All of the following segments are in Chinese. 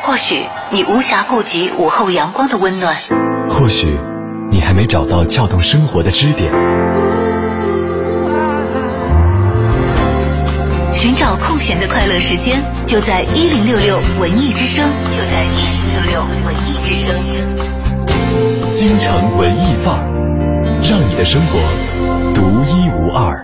或许你无暇顾及午后阳光的温暖， 或许你还没找到撬动生活的支点。 寻找空闲的快乐时间，就在1066文艺之声，就在1066文艺之声。 京城文艺范儿，让你的生活独一无二。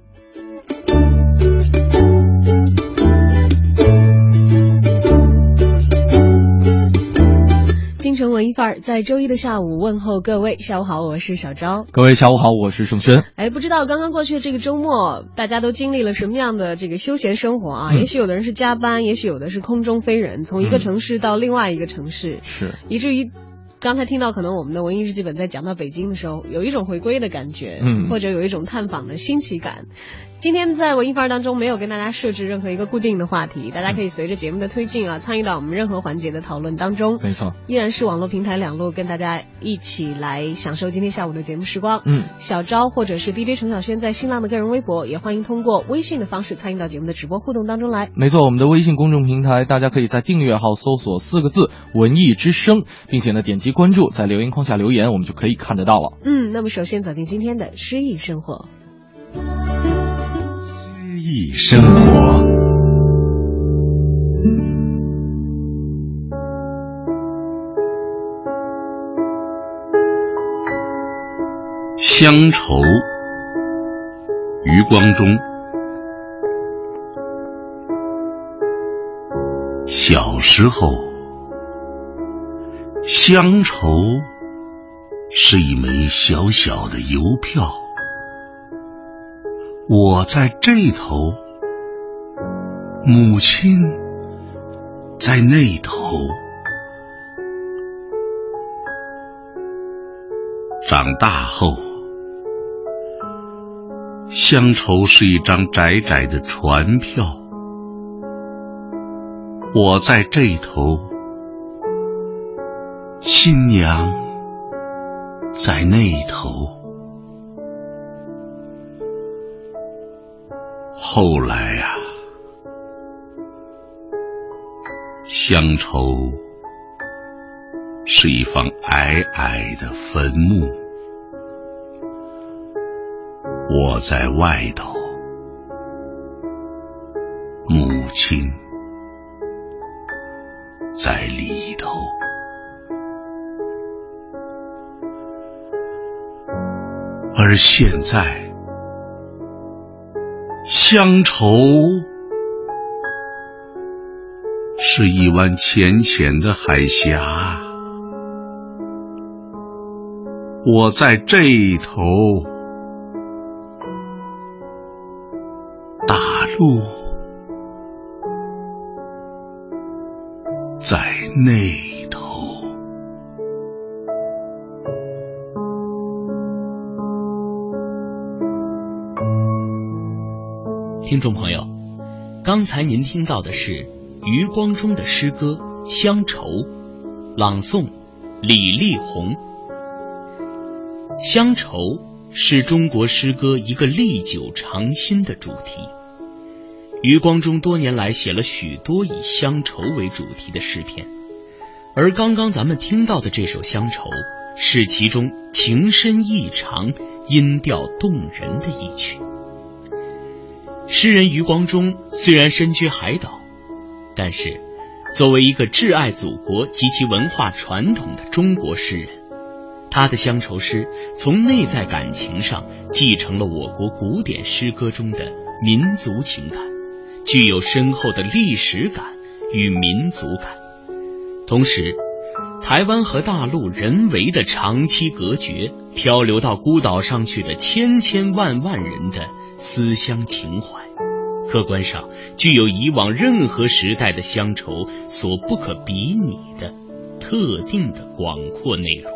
京城文艺范儿在周一的下午问候各位，下午好，我是小昭。 各位下午好，我是盛轩。 不知道刚刚过去的这个周末，大家都经历了什么样的这个休闲生活啊？也许有的人是加班，也许有的是空中飞人，从一个城市到另外一个城市， 是以至于刚才听到可能我们的文艺日记本在讲到北京的时候，有一种回归的感觉，或者有一种探访的新奇感。今天在文艺范儿当中没有跟大家设置任何一个固定的话题，大家可以随着节目的推进啊，参与到我们任何环节的讨论当中。 没错， 依然是网络平台两路跟大家一起来享受今天下午的节目时光。小昭或者是 DJ 陈小轩在新浪的个人微博，也欢迎通过微信的方式参与到节目的直播互动当中来。 没错，我们的微信公众平台，大家可以在订阅号搜索4个字文艺之声，并且呢点击关注，在留言框下留言，我们就可以看得到了。 那么首先走进今天的诗意生活。 诗意生活， 乡愁，余光中。小时候，乡愁是一枚小小的邮票，我在这头，母亲在那头。长大后，乡愁是一张窄窄的船票，我在这头，新娘在那头。后来啊，乡愁是一方矮矮的坟墓，我在外头，母亲在里头。而现在，乡愁是一湾浅浅的海峡，我在这头，大陆在那头。 听众朋友，刚才您听到的是余光中的诗歌《乡愁》，朗诵李丽红。乡愁是中国诗歌一个历久常新的主题。余光中多年来写了许多以乡愁为主题的诗篇，而刚刚咱们听到的这首《乡愁》是其中情深意长、音调动人的一曲。诗人余光中虽然身居海岛，但是作为一个挚爱祖国及其文化传统的中国诗人，他的乡愁诗从内在感情上继承了我国古典诗歌中的民族情感，具有深厚的历史感与民族感。同时，台湾和大陆人为的长期隔绝，漂流到孤岛上去的千千万万人的思乡情怀，客观上具有以往任何时代的乡愁所不可比拟的特定的广阔内容。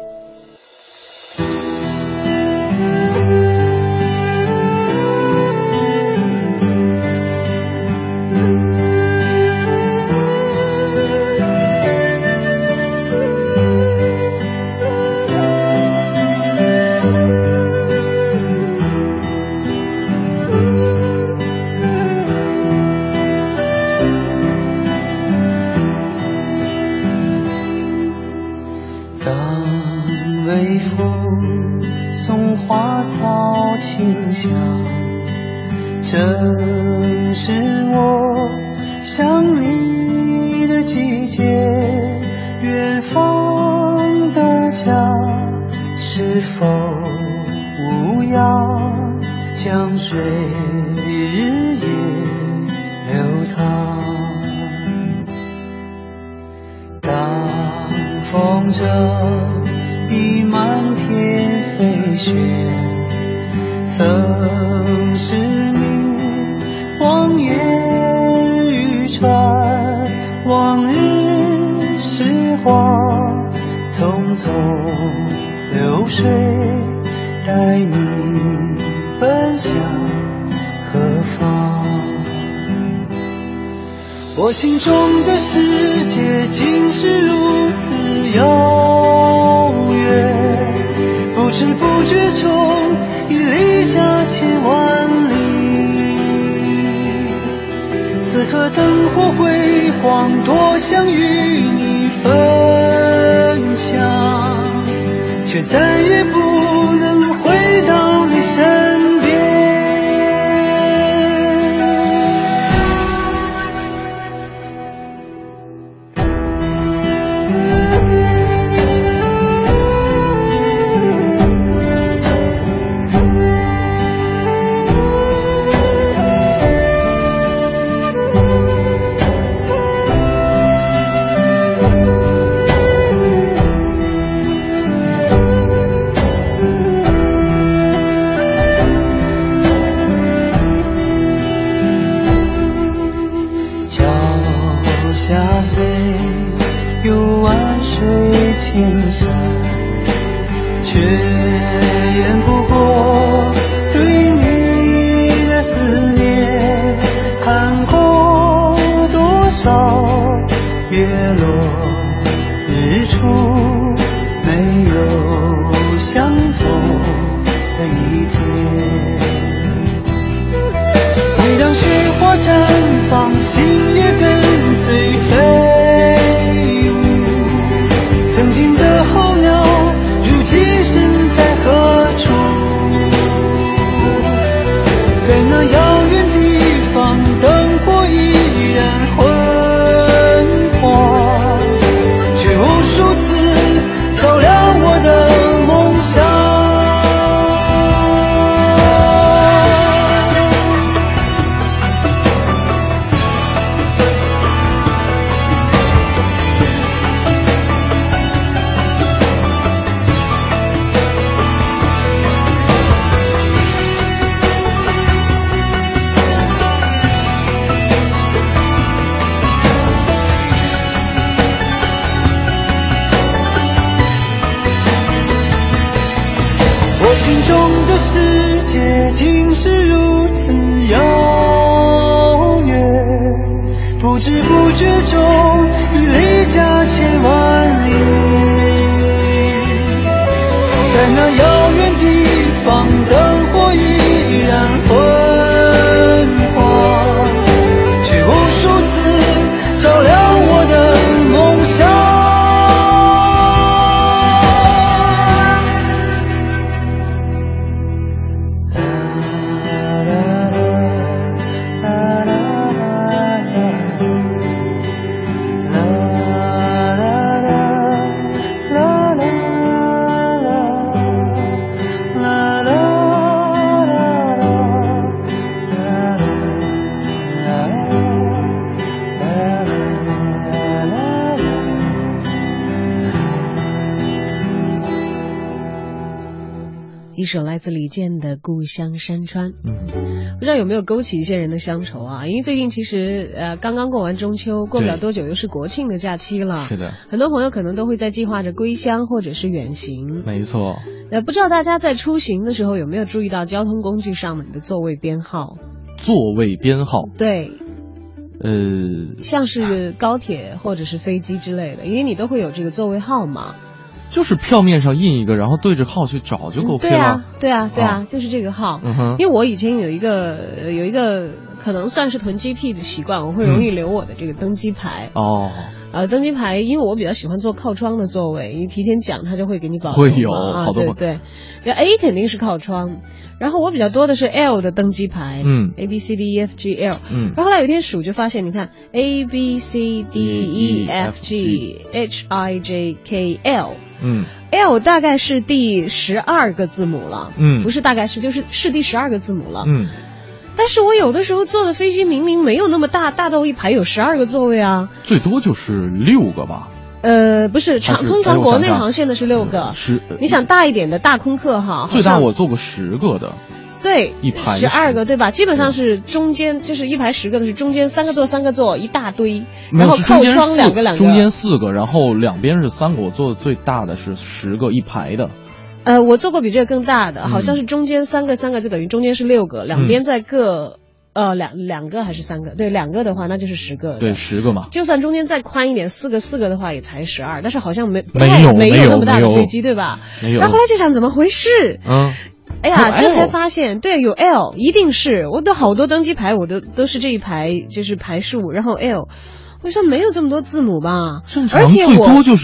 想，正是我想你的季节。远方的家是否无恙？江水日夜流淌。当风筝已满天飞雪，曾是你望眼欲穿，往日时光匆匆流水，带你奔向何方？我心中的世界竟是如此遥远，不知不觉中已离家千万里。此刻灯火辉煌，多想与你分享，却再也不能回到你身边。 一首来自李健的《故乡山川》。不知道有没有勾起一些人的乡愁啊？因为最近其实刚刚过完中秋，过不了多久又是国庆的假期了。 是的， 很多朋友可能都会在计划着归乡或者是远行。 没错。 不知道大家在出行的时候有没有注意到交通工具上的你的座位编号？ 座位编号？ 对。像是高铁或者是飞机之类的，因为你都会有这个座位号码。 就是票面上印一个，然后对着号去找就 OK 了。 对啊，就是这个号。因为我以前有一个可能算是囤积癖的习惯，我会容易留我的这个登机牌。 登机牌，因为我比较喜欢坐靠窗的座位，你提前讲他就会给你保留。 会有好多对，那 A 肯定是靠窗，然后我比较多的是 L 的登机牌，A B C D E F G L，然后后来有一天数就发现，你看 A B C D E F G H I J K L，L 大概是第12个字母了，不是大概是就是第12个字母了，但是我有的时候坐的飞机明明没有那么大，大到一排有12个座位啊， 最多就是6个吧。 不是，通常国内航线的是6个，你想大一点的大空客哈， 最大我坐过10个的。 对， 一排 12个对吧？基本上是中间就是一排10个的是中间3个座一大堆，然后靠窗2个， 中间4个，然后两边是3个。我坐的最大的是10个一排的。 我坐过比这个更大的，好像是中间3个就等于中间是6个，两边再各两个还是3个？对，2个的话那就是10个。 对，10个嘛。 就算中间再宽一点，4个的话也才12，但是好像没有那么大的飞机，对吧？ 没有。 然后后来就想怎么回事？哎呀，这才发现，对，有 L， 一定是我的好多登机牌，我都是这一排就是排数，然后 L， 我说没有这么多字母吧？而且最多就是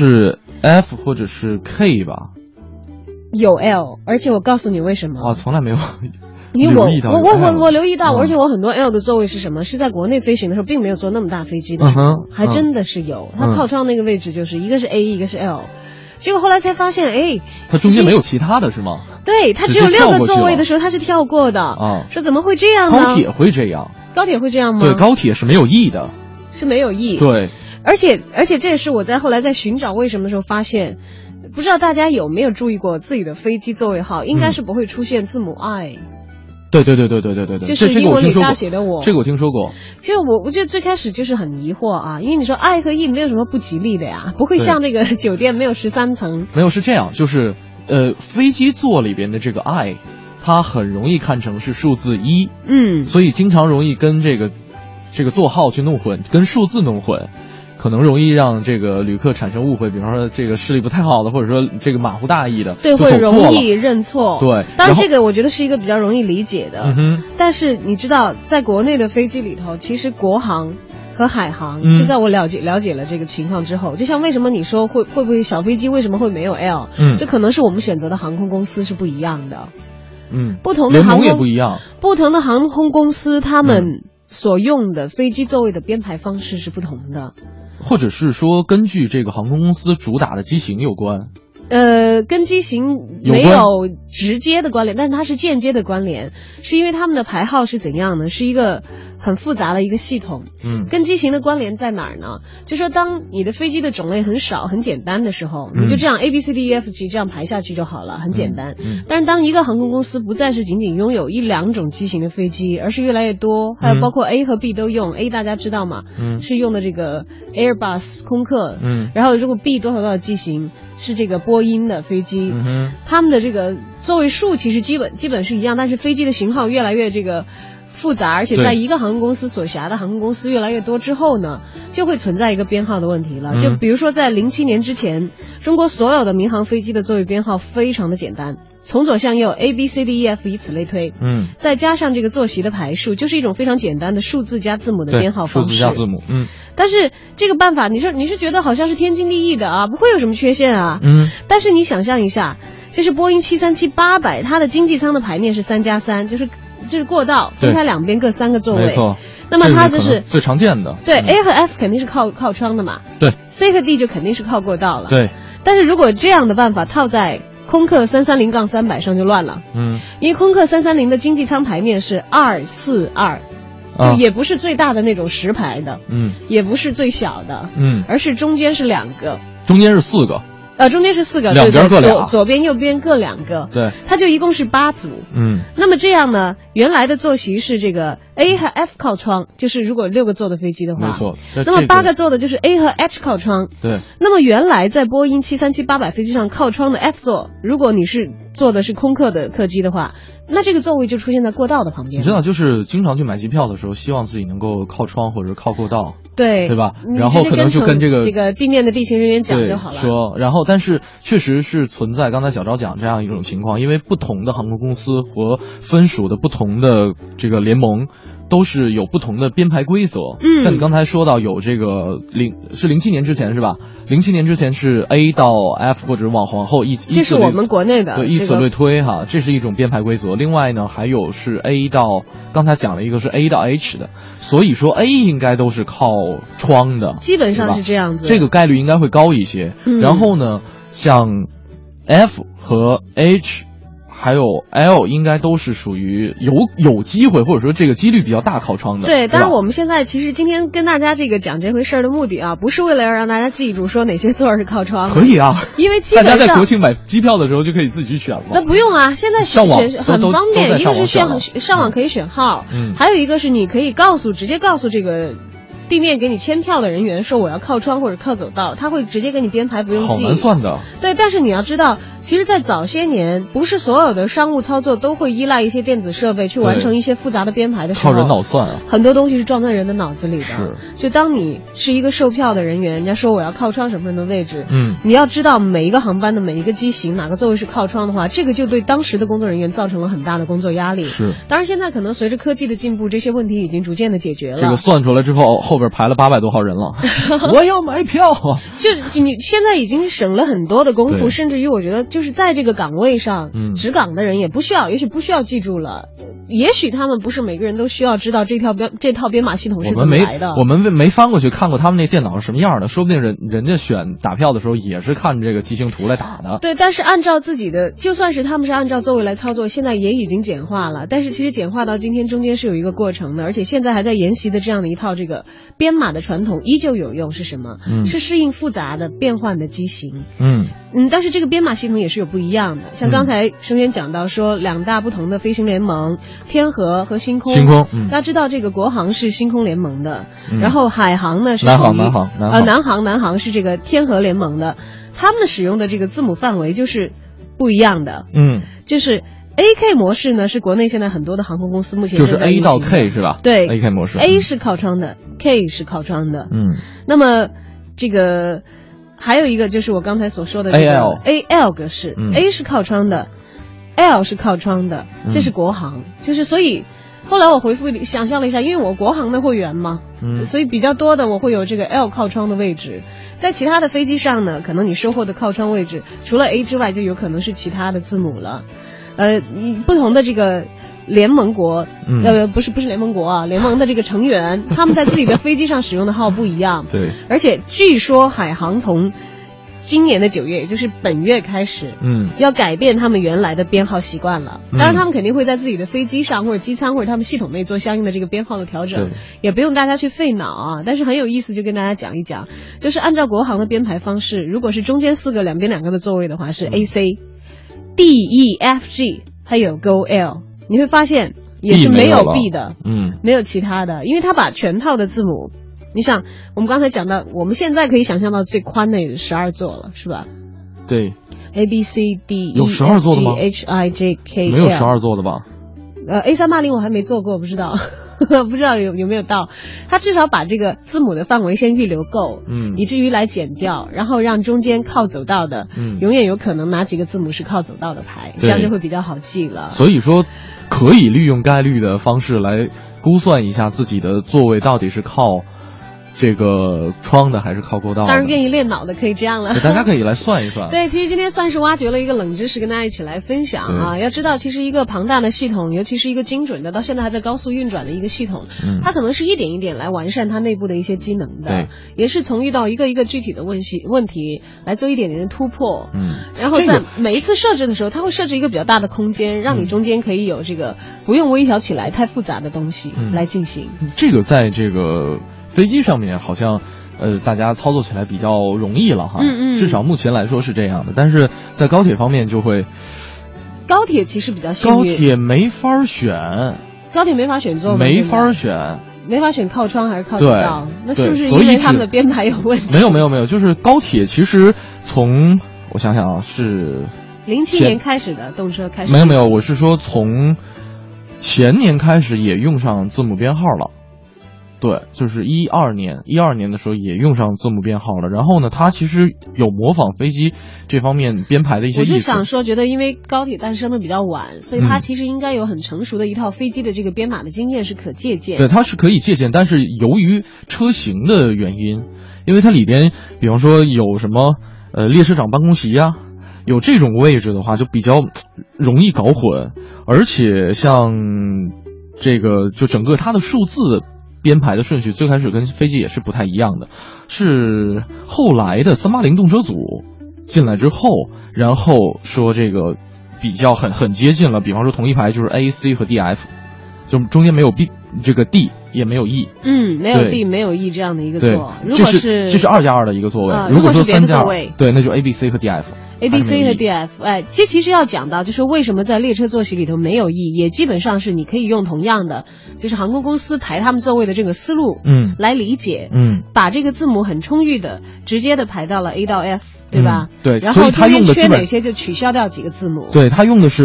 F 或者是 K 吧。 有 L， 而且我告诉你为什么？ 从来没有。 我留意到，而且我很多 L 的座位是什么？是在国内飞行的时候，并没有坐那么大飞机的时候，还真的是有。它靠窗那个位置就是一个是 A， 一个是 L。结果后来才发现， 它中间没有其他的是吗？ 对，它只有6个座位的时候，它是跳过的。说怎么会这样呢？ 高铁会这样？ 高铁会这样吗？ 对，高铁是没有 E 的， 是没有 E。 对， 而且这也是我后来在寻找为什么的时候发现，不知道大家有没有注意过自己的飞机座位号，应该是不会出现字母 I。 对， 就是英文里大写的我， 这个我听说过。 其实我觉得最开始就是很疑惑啊，因为你说 I 和 E 没有什么不吉利的呀，不会像那个酒店没有13层。 没有，是这样，就是飞机座里边的这个 I， 它很容易看成是数字1，所以经常容易跟这个座号去弄混，跟数字弄混。可能容易让这个旅客产生误会，比方说这个视力不太好的，或者说这个马虎大意的， 对，会容易认错。 对， 当然这个我觉得是一个比较容易理解的。但是你知道，在国内的飞机里头，其实国航和海航，就在我了解了这个情况之后，就像为什么你说会不会小飞机为什么会没有 L？这可能是我们选择的航空公司是不一样的。不同的航空也不一样， 不同的航空公司他们所用的飞机座位的编排方式是不同的。 或者是说根据这个航空公司主打的机型有关， 跟机型没有直接的关联，但它是间接的关联，是因为他们的排号是怎样呢？是一个很复杂的一个系统。跟机型的关联在哪儿呢？就说当你的飞机的种类很少很简单的时候，你就这样 A B C D E F G 这样排下去就好了，很简单。但是当一个航空公司不再是仅仅拥有1-2种机型的飞机，而是越来越多，还有包括 A 和 B 都用，A 大家知道吗？是用的这个 Airbus 空客，然后如果 B 多少机型是这个波音的飞机，他们的这个座位数其实基本是一样，但是飞机的型号越来越这个复杂，而且在一个航空公司所辖的航空公司越来越多之后呢，就会存在一个编号的问题了。就比如说在07年之前，中国所有的民航飞机的座位编号非常的简单，从左向右 A B C D E F 以此类推，再加上这个坐席的排数，就是一种非常简单的数字加字母的编号方式。 数字加字母， 但是这个办法，你是觉得好像是天经地义的啊，不会有什么缺陷啊。但是你想象一下，就是波音737-800，它的经济舱的排面是3+3，就是过道分开两边各3个座位。 没错。 那么它就是最常见的。 对，A 和 F 肯定是靠窗的嘛。 对。 C 和 D 就肯定是靠过道了。 对。 但是如果这样的办法套在空客330-300上就乱了。因为空客330的经济舱排面是242。就也不是最大的那种10排的，也不是最小的，而是中间是2个， 中间是4个， 中间是4个， 两边各俩， 左边右边各2个， 对， 它就一共是8组，那么这样呢，原来的坐席是这个 A 和 F 靠窗，就是如果6个座的飞机的话， 没错， 那么8个座的就是 A 和 H 靠窗， 对， 那么原来在波音737-800飞机上靠窗的 F 座，如果你是坐的是空客的客机的话，那这个座位就出现在过道的旁边。 你知道，就是经常去买机票的时候，希望自己能够靠窗或者靠过道， 对吧？然后可能就跟这个地面的地勤人员讲就好了。 说，然后但是确实是存在刚才小昭讲这样一种情况，因为不同的航空公司和分属的不同的这个联盟， 都是有不同的编排规则。像你刚才说到有这个07年之前是吧？07年之前是 A 到 F 或者往后这是我们国内的， 对，以此类推哈，这是一种编排规则。另外呢，还有是 A 到，刚才讲了一个是 A 到 H 的，所以说 A 应该都是靠窗的， 基本上是这样子， 这个概率应该会高一些。然后呢，像 F 和 H还有 L 应该都是属于有机会，或者说这个几率比较大靠窗的。 对，当然我们现在其实今天跟大家这个讲这回事的目的啊，不是为了要让大家记住说哪些座是靠窗的。 可以啊， 因为基本上大家在国庆买机票的时候就可以自己去选了。 那不用啊，现在选很方便，一个是上网可以选号，还有一个是你可以直接告诉这个地面给你签票的人员说我要靠窗或者靠走道，他会直接给你编排，不用记。 好难算的。 对，但是你要知道，其实在早些年，不是所有的商务操作都会依赖一些电子设备去完成一些复杂的编排的时候， 靠人脑算啊。 很多东西是装在人的脑子里的。是。就当你是一个售票的人员，人家说我要靠窗什么的位置，你要知道每一个航班的每一个机型哪个座位是靠窗的话，这个就对当时的工作人员造成了很大的工作压力。 是。 当然现在可能随着科技的进步，这些问题已经逐渐的解决了。 这个算出来之后，后边排了800多号人了，我要买票啊！ 就你现在已经省了很多的功夫，甚至于我觉得就是在这个岗位上，值岗的人也不需要，也许不需要记住了，也许他们不是每个人都需要知道这套编码系统是怎么来的。 我们没翻过去看过他们那电脑是什么样的，说不定人家选打票的时候也是看这个机型图来打的。 对，但是按照自己的，就算是他们是按照座位来操作，现在也已经简化了。但是其实简化到今天中间是有一个过程的，而且现在还在沿袭的这样的一套这个编码的传统依旧有用，是什么？是适应复杂的变换的机型。但是这个编码系统也是有不一样的，像刚才声源讲到说2大不同的飞行联盟，天河和星空。大家知道这个国航是星空联盟的，然后海航呢是南航是这个天河联盟的，他们使用的这个字母范围就是不一样的。就是 AK 模式呢是国内现在很多的航空公司目前就是 A 到 K 是吧？ 对 ，AK 模式 ，A 是靠窗的，K 是靠窗的。那么这个还有一个就是我刚才所说的这个 AL 格式，A 是靠窗的 ，L 是靠窗的，这是国航。就是所以后来我想象了一下，因为我国航的会员嘛，所以比较多的我会有这个 L 靠窗的位置。在其他的飞机上呢，可能你收获的靠窗位置除了 A 之外，就有可能是其他的字母了。不同的这个联盟国，不是联盟国啊，联盟的这个成员，他们在自己的飞机上使用的号不一样。 对， 而且据说海航从今年的9月，也就是本月开始，要改变他们原来的编号习惯了。当然，他们肯定会在自己的飞机上或者机舱或者他们系统内做相应的这个编号的调整，也不用大家去费脑啊。但是很有意思，就跟大家讲一讲，就是按照国航的编排方式，如果是中间4个两边2个的座位的话，是 AC。D、E、F、G 还有 GO、L， 你会发现也是没有 B 的，没有其他的，因为它把全套的字母，你想我们刚才讲到，我们现在可以想象到最宽的也是12座了，是吧？ 对 ，A B C D E 有12座的吗 ？H I J K L 没有12座的吧 ？A380我还没坐过，不知道。不知道有没有到，他至少把这个字母的范围先预留够，以至于来减掉，然后让中间靠走道的，永远有可能哪几个字母是靠走道的牌，这样就会比较好记了。 所以说，可以利用概率的方式来估算一下自己的座位到底是靠这个窗的还是靠过道的。 当然愿意练脑的可以这样了， 大家可以来算一算。 对，其实今天算是挖掘了一个冷知识跟大家一起来分享啊。要知道其实一个庞大的系统，尤其是一个精准的到现在还在高速运转的一个系统，它可能是一点一点来完善它内部的一些机能的，也是从遇到一个一个具体的问题来做一点点的突破，然后在每一次设置的时候，它会设置一个比较大的空间，让你中间可以有这个不用微调起来太复杂的东西来进行。 这个在这个飞机上面好像大家操作起来比较容易了哈，至少目前来说是这样的。但是在高铁方面就会， 高铁其实比较幸运， 高铁没法选， 高铁没法选座， 没法选靠窗还是靠走道？那是不是因为他们的编排有问题？ 没有，就是高铁其实从我想想啊，是 07年开始的动车开始， 没有，我是说从前年开始也用上字母编号了。 对，就是12年的时候也用上字母编号了。然后呢，它其实有模仿飞机这方面编排的一些意思。 我就想说，觉得因为高铁诞生的比较晚，所以它其实应该有很成熟的一套飞机的这个编码的经验是可借鉴。 对，它是可以借鉴，但是由于车型的原因，因为它里边比方说有什么列车长办公席啊，有这种位置的话，就比较容易搞混。而且像这个就整个它的数字编排的顺序最开始跟飞机也是不太一样的，是后来的380动车组进来之后，然后说这个比较很接近了，比方说同一排就是 A、C 和 D、F， 就中间没有 B 这个 D 也没有 E， 没有 D 没有 E 这样的一个座。如果是这是2+2的一个座位，如果说3+2，对，那就 A、B、C 和 D、F。A、B、C 和 D、F， 其实要讲到就是为什么在列车座席里头没有 E， 也基本上是你可以用同样的，就是航空公司排他们座位的这个思路，来理解，把这个字母很充裕的直接的排到了 A 到 F， 对吧？ 对， 然后中间缺哪些就取消掉几个字母。 对，他用的是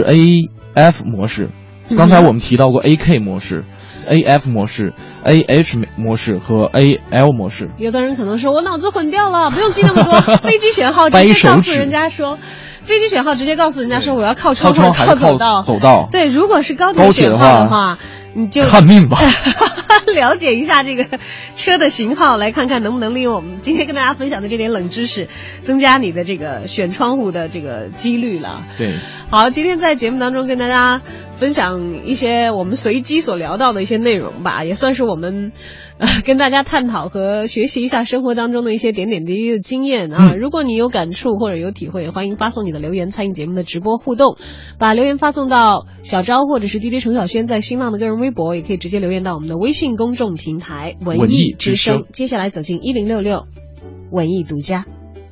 A、F 模式，刚才我们提到过 AK 模式。AF 模式、AH 模式和 AL 模式。 有的人可能说我脑子混掉了，不用记那么多，飞机选号直接告诉人家说，飞机选号直接告诉人家说我要靠窗或者靠走道。对，如果是高铁选号的话，你就看命吧。 了解一下这个车的型号，来看看能不能利用我们今天跟大家分享的这点冷知识，增加你的这个选窗户的这个几率了。 对， 好，今天在节目当中跟大家分享一些我们随机所聊到的一些内容吧，也算是我们跟大家探讨和学习一下生活当中的一些点点滴滴的经验啊。如果你有感触或者有体会，欢迎发送你的留言参与节目的直播互动，把留言发送到小昭或者是 DJ 程晓轩在新浪的个人微博，也可以直接留言到我们的微信公众平台文艺之声。接下来走进1066文艺独家。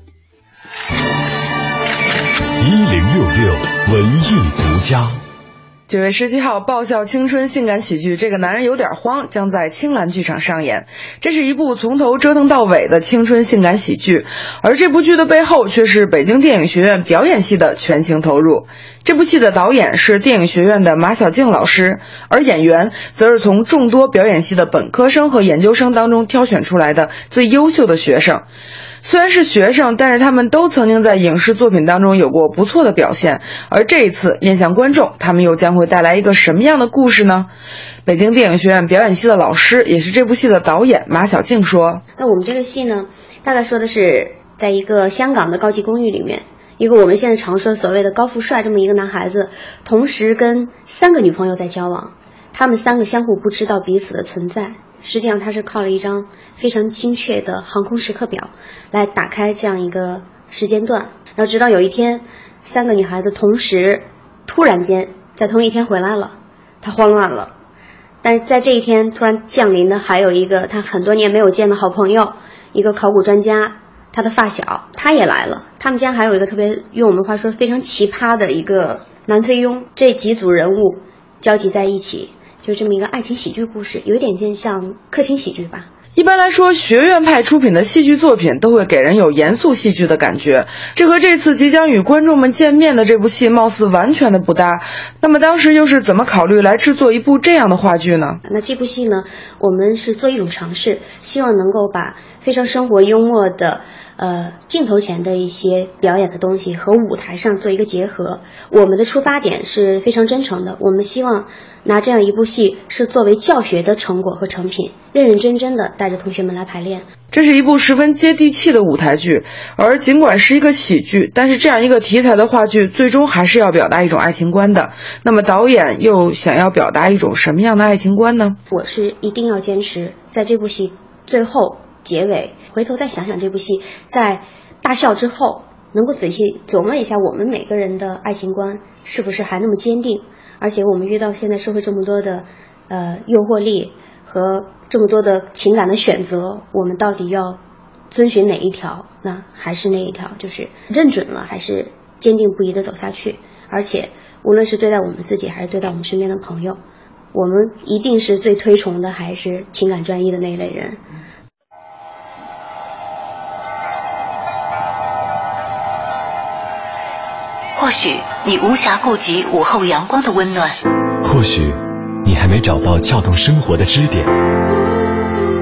1066文艺独家。 9月17号，爆笑青春性感喜剧《这个男人有点慌》将在青蓝剧场上演。这是一部从头折腾到尾的青春性感喜剧，而这部剧的背后却是北京电影学院表演系的全情投入。这部戏的导演是电影学院的马晓静老师，而演员则是从众多表演系的本科生和研究生当中挑选出来的最优秀的学生。虽然是学生，但是他们都曾经在影视作品当中有过不错的表现，而这一次面向观众，他们又将会带来一个什么样的故事呢？北京电影学院表演系的老师，也是这部戏的导演马晓静说， 那我们这个戏呢，大概说的是在一个香港的高级公寓里面，一个我们现在常说所谓的高富帅这么一个男孩子，同时跟3个女朋友在交往，他们3个相互不知道彼此的存在。实际上他是靠了一张非常精确的航空时刻表来打开这样一个时间段，然后直到有一天3个女孩子同时突然间在同一天回来了，他慌乱了。但是在这一天突然降临的还有一个他很多年没有见的好朋友，一个考古专家，他的发小，他也来了。他们家还有一个特别用我们话说非常奇葩的一个男菲佣，这几组人物交集在一起，就这么一个爱情喜剧故事，有一点像客厅喜剧吧。 一般来说，学院派出品的戏剧作品都会给人有严肃戏剧的感觉，这和这次即将与观众们见面的这部戏貌似完全的不搭。那么当时又是怎么考虑来制作一部这样的话剧呢？ 那这部戏呢，我们是做一种尝试，希望能够把非常生活幽默的镜头前的一些表演的东西和舞台上做一个结合。我们的出发点是非常真诚的，我们希望拿这样一部戏是作为教学的成果和成品，认认真真的带着同学们来排练。 这是一部十分接地气的舞台剧，而尽管是一个喜剧，但是这样一个题材的话剧最终还是要表达一种爱情观的。那么导演又想要表达一种什么样的爱情观呢？ 我是一定要坚持在这部戏最后结尾回头再想想，这部戏在大笑之后能够仔细琢磨一下我们每个人的爱情观是不是还那么坚定，而且我们遇到现在社会这么多的诱惑力和这么多的情感的选择，我们到底要遵循哪一条？那还是那一条，就是认准了还是坚定不移的走下去。而且无论是对待我们自己还是对待我们身边的朋友，我们一定是最推崇的还是情感专一的那一类人。 或许你无暇顾及午后阳光的温暖， 或许你还没找到撬动生活的支点，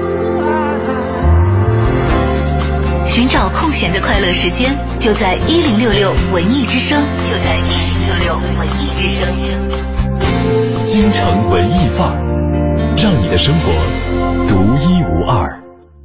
好空闲的快乐时间，就在1066文艺之声，就在1066文艺之声。 京城文艺范儿，让你的生活独一无二。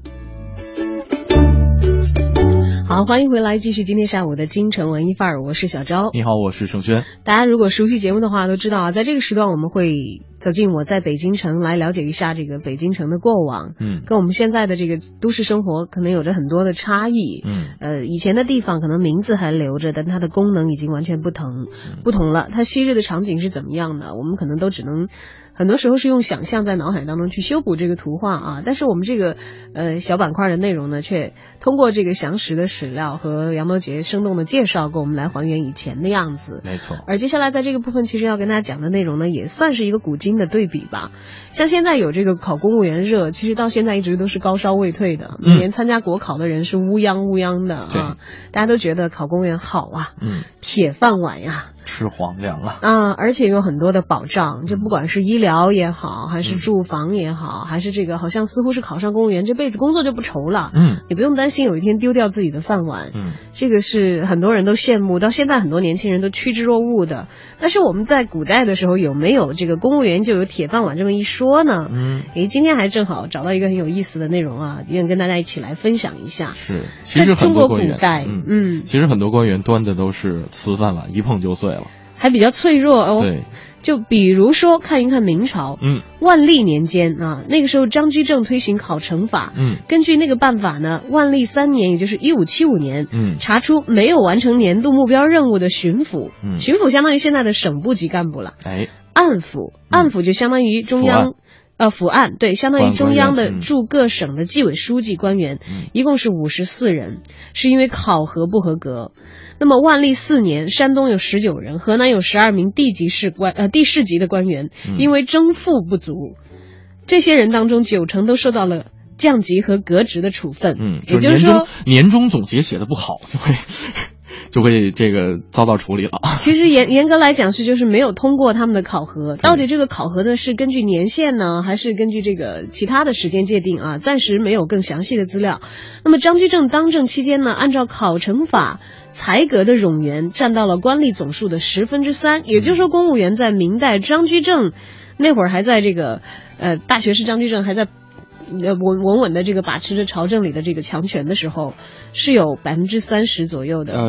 好，欢迎回来，继续今天下午的京城文艺范儿，我是小昭。 你好，我是盛轩。 大家如果熟悉节目的话，都知道啊，在这个时段我们会走进我在北京城，来了解一下这个北京城的过往，跟我们现在的这个都市生活可能有着很多的差异，以前的地方可能名字还留着，但它的功能已经完全不同了。它昔日的场景是怎么样的，我们可能都只能很多时候是用想象在脑海当中去修补这个图画啊。但是我们这个小板块的内容呢，却通过这个详实的史料和杨德杰生动的介绍，给我们来还原以前的样子。 没错。而接下来在这个部分，其实要跟大家讲的内容呢，也算是一个古今的对比吧。像现在有这个考公务员热，其实到现在一直都是高烧未退的，每年参加国考的人是乌泱的啊。大家都觉得考公务员好啊，铁饭碗呀， 吃皇粮啊， 而且有很多的保障，就不管是医疗也好，还是住房也好，还是这个好像似乎是考上公务员这辈子工作就不愁了，也不用担心有一天丢掉自己的饭碗，这个是很多人都羡慕，到现在很多年轻人都趋之若鹜的。但是我们在古代的时候有没有这个公务员就有铁饭碗这么一说呢？今天还正好找到一个很有意思的内容啊，愿跟大家一起来分享一下。 是，其实很多官员， 中国古代， 其实很多官员端的都是瓷饭碗，一碰就碎了， 还比较脆弱哦。 对， 就比如说看一看明朝，万历年间啊，那个时候张居正推行考成法，根据那个办法呢，万历3年，也就是1575年，查出没有完成年度目标任务的巡抚，巡抚相当于现在的省部级干部了，按抚就相当于中央。府按，对，相当于中央的驻各省的纪委书记官员，一共是54人，是因为考核不合格。那么万历4年，山东有19人，河南有12名地市级的官员，因为征赋不足，这些人当中90%都受到了降级和革职的处分。也就是说， 年终总结写的不好，就会这个遭到处理了。 其实严格来讲是就是没有通过他们的考核，到底这个考核呢是根据年限呢，还是根据这个其他的时间界定啊？暂时没有更详细的资料。那么张居正当政期间呢，按照考成法才革的冗员占到了官吏总数的3%，也就是说公务员在明代张居正那会儿还在这个大学士张居正还在稳稳的这个把持着朝政里的这个强权的时候，是有30%左右的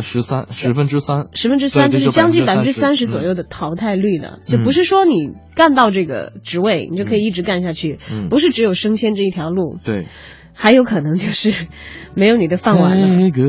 10%，就是将近30%左右的淘汰率的，就不是说你干到这个职位你就可以一直干下去，不是只有升迁这一条路， 对， 还有可能就是没有你的饭碗了，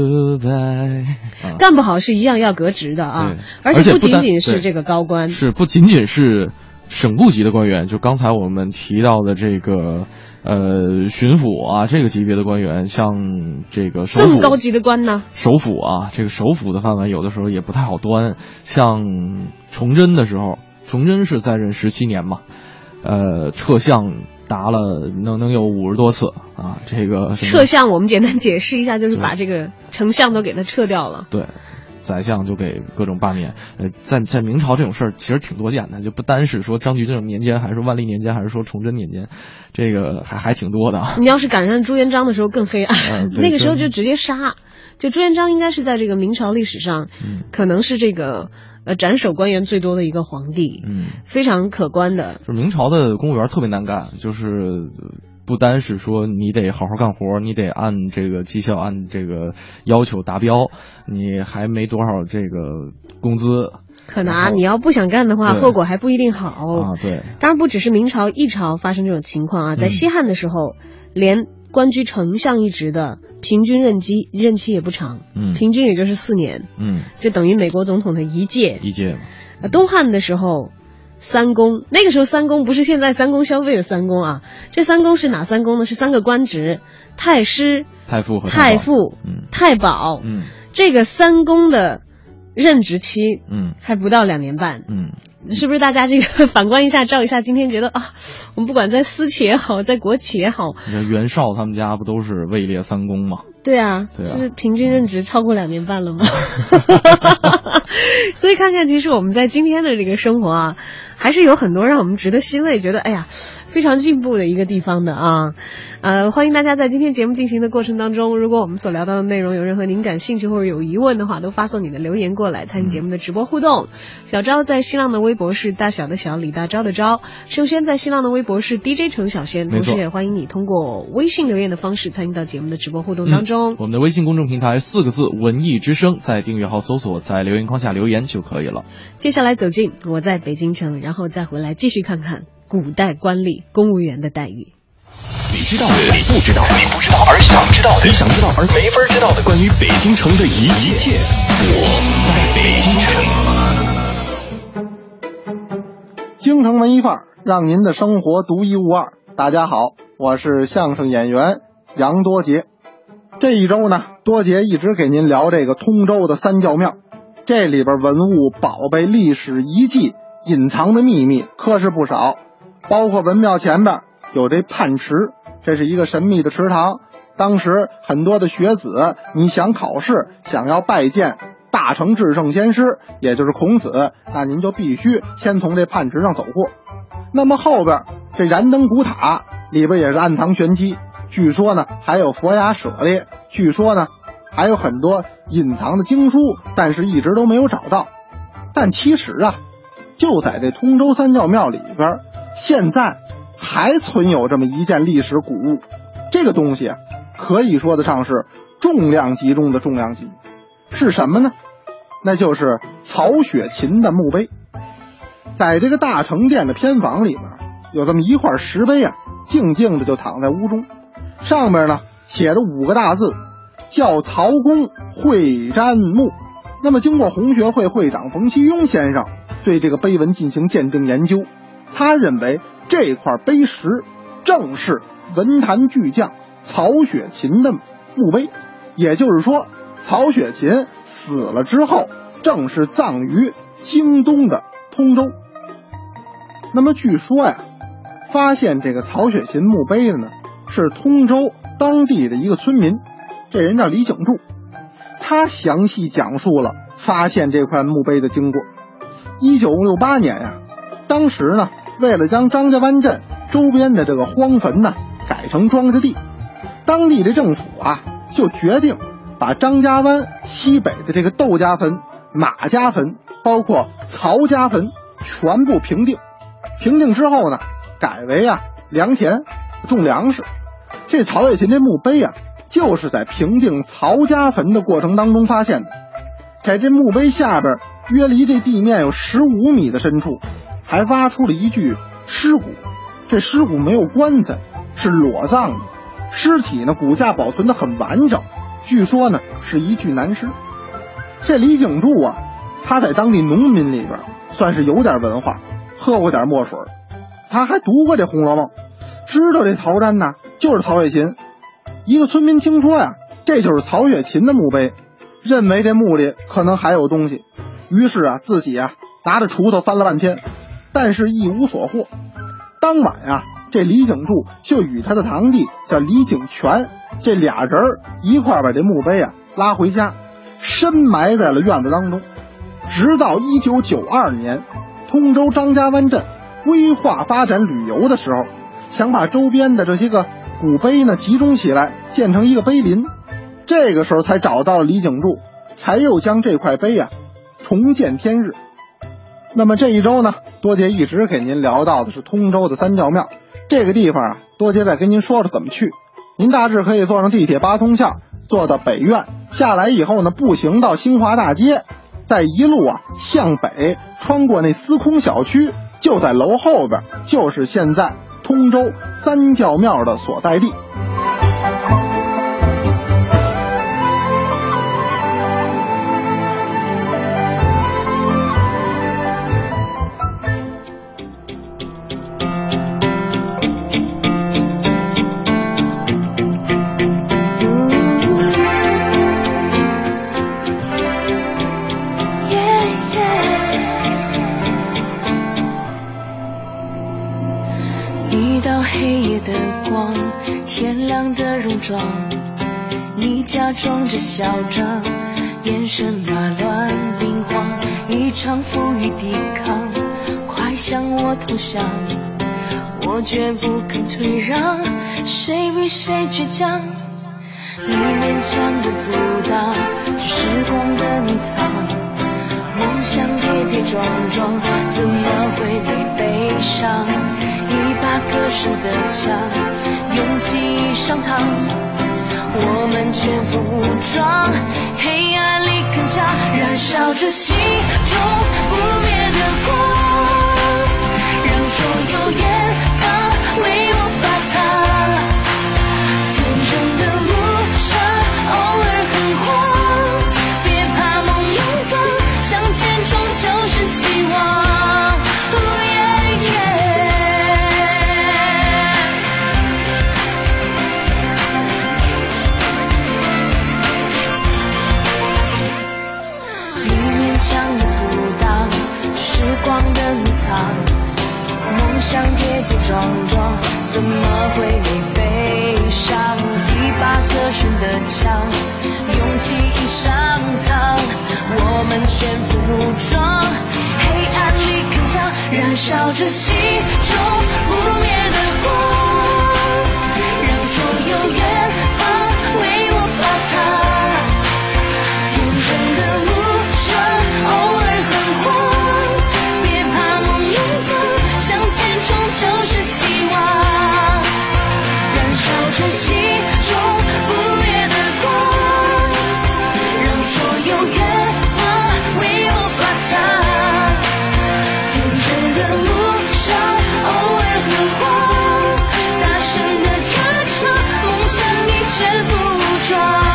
干不好是一样要革职的啊，而且不仅仅是这个高官， 是不仅仅是省部级的官员，就刚才我们提到的这个巡抚啊，这个级别的官员，像这个首府， 更高级的官呢， 首府啊，这个首府的饭碗有的时候也不太好端。像崇祯的时候，崇祯是在任17年嘛，撤相达了能有50多次啊。这个撤相我们简单解释一下，就是把这个丞相都给他撤掉了。 对。宰相就给各种罢免，在明朝这种事儿其实挺多见的，就不单是说张居正年间，还是万历年间，还是说崇祯年间，这个还挺多的。 你要是赶上朱元璋的时候更黑暗，那个时候就直接杀。就朱元璋应该是在这个明朝历史上，可能是这个斩首官员最多的一个皇帝，非常可观的。 就明朝的公务员特别难干，就是不单是说你得好好干活，你得按这个绩效，按这个要求达标，你还没多少这个工资可拿，你要不想干的话，后果还不一定好啊。对， 当然不只是明朝，一朝发生这种情况啊，在西汉的时候，连官居丞相一职的平均任期也不长，平均也就是4年，就等于美国总统的一届。东汉的时候。3公，那个时候3公不是现在3公消费的3公啊，这3公是哪3公呢？是3个官职，太师、 太傅和太傅、太保。这个3公的任职期，还不到2年半。是不是大家这个反观一下，照一下，今天觉得啊，我们不管在私企也好，在国企也好， 袁绍他们家不都是位列3公吗？ 对啊，是平均任职超过2年半了吗？所以看看，其实我们在今天的这个生活啊，还是有很多让我们值得欣慰，觉得哎呀， 非常进步的一个地方的啊。欢迎大家在今天节目进行的过程当中，如果我们所聊到的内容有任何您感兴趣或者有疑问的话，都发送你的留言过来参与节目的直播互动。小昭在新浪的微博是大小的小李大钊的钊，盛轩在新浪的微博是 DJ 程小轩，同时也欢迎你通过微信留言的方式参与到节目的直播互动当中。 我们的微信公众平台4个字文艺之声，在订阅号搜索，在留言框下留言就可以了。 接下来走进我在北京城，然后再回来继续看看古代官吏公务员的待遇。 你知道的，你不知道的，你不知道而想知道的，你想知道而没法知道的，关于北京城的一切，我在北京城。京城文艺范儿，让您的生活独一无二。大家好，我是相声演员杨多杰。这一周呢，多杰一直给您聊这个通州的三教庙，这里边文物、宝贝、历史遗迹、隐藏的秘密可是不少，包括文庙前边有这泮池，这是一个神秘的池塘。当时很多的学子，你想考试，想要拜见大成至圣先师，也就是孔子，那您就必须先从这泮池上走过。那么后边这燃灯古塔里边也是暗藏玄机，据说呢还有佛牙舍利，据说呢还有很多隐藏的经书，但是一直都没有找到。但其实啊，就在这通州三教庙里边，现在还存有这么一件历史古物，这个东西啊，可以说得上是重量级中的重量级。是什么呢？那就是曹雪芹的墓碑。在这个大成殿的偏房里面，有这么一块石碑啊，静静的就躺在屋中，上面呢写着5个大字，叫曹公会瞻墓。那么经过红学会会长冯其庸先生对这个碑文进行鉴定研究，他认为这块碑石正是文坛巨匠曹雪芹的墓碑，也就是说曹雪芹死了之后正是葬于京东的通州。那么据说呀，发现这个曹雪芹墓碑的呢是通州当地的一个村民，这人叫李景柱，他详细讲述了发现这块墓碑的经过。1968年呀，当时呢为了将张家湾镇周边的这个荒坟呢改成庄稼地，当地的政府啊就决定把张家湾西北的这个窦家坟、马家坟包括曹家坟全部平定。平定之后呢，改为良田种粮食。这曹雪芹这墓碑啊，就是在平定曹家坟的过程当中发现的。在这墓碑下边约离这地面有15米的深处，还挖出了一具尸骨。这尸骨没有棺材，是裸葬的，尸体呢骨架保存得很完整，据说呢是一具男尸。这李景柱啊，他在当地农民里边算是有点文化，喝过点墨水，他还读过这《红楼梦》，知道这曹瞻呢就是曹雪芹。一个村民听说呀，这就是曹雪芹的墓碑，认为这墓里可能还有东西，于是啊自己拿着锄头翻了半天，但是一无所获。当晚这李景柱就与他的堂弟叫李景全，这俩人一块把这墓碑拉回家，深埋在了院子当中。直到1992年通州张家湾镇规划发展旅游的时候，想把周边的这些个古碑呢集中起来建成一个碑林，这个时候才找到了李景柱，才又将这块碑重见天日。那么这一周呢，多杰一直给您聊到的是通州的三教庙，这个地方多杰再跟您说说怎么去。您大致可以坐上地铁8通线，坐到北苑，下来以后呢步行到新华大街，再一路向北穿过那司空小区，就在楼后边就是现在通州三教庙的所在地。 你假装着嚣张，眼神马乱兵荒，一场负隅抵抗，快向我投降。 我绝不肯退让，谁比谁倔强，你勉强的阻挡，是时光的迷藏，梦想跌跌撞撞，怎么会没悲伤？一把隔声的枪，勇气上膛，我们全副武装，黑暗里铿锵，燃烧着心中不灭的光，让所有远方为我发烫。天真的路上偶尔很慌，别怕梦永恒，向前冲就是希望。时光的迷藏，梦想跌跌撞撞，怎么会没悲伤？一把隔声的枪，勇气已上膛，我们全副武装，黑暗里铿锵，燃烧着心中不灭的光，让所有远方为我发烫。天真的路上偶尔很慌，就是希望，燃烧着心中不灭的光，让所有远方为我发烫。天真的路上偶尔很慌，大声的歌唱，梦想已全副武装。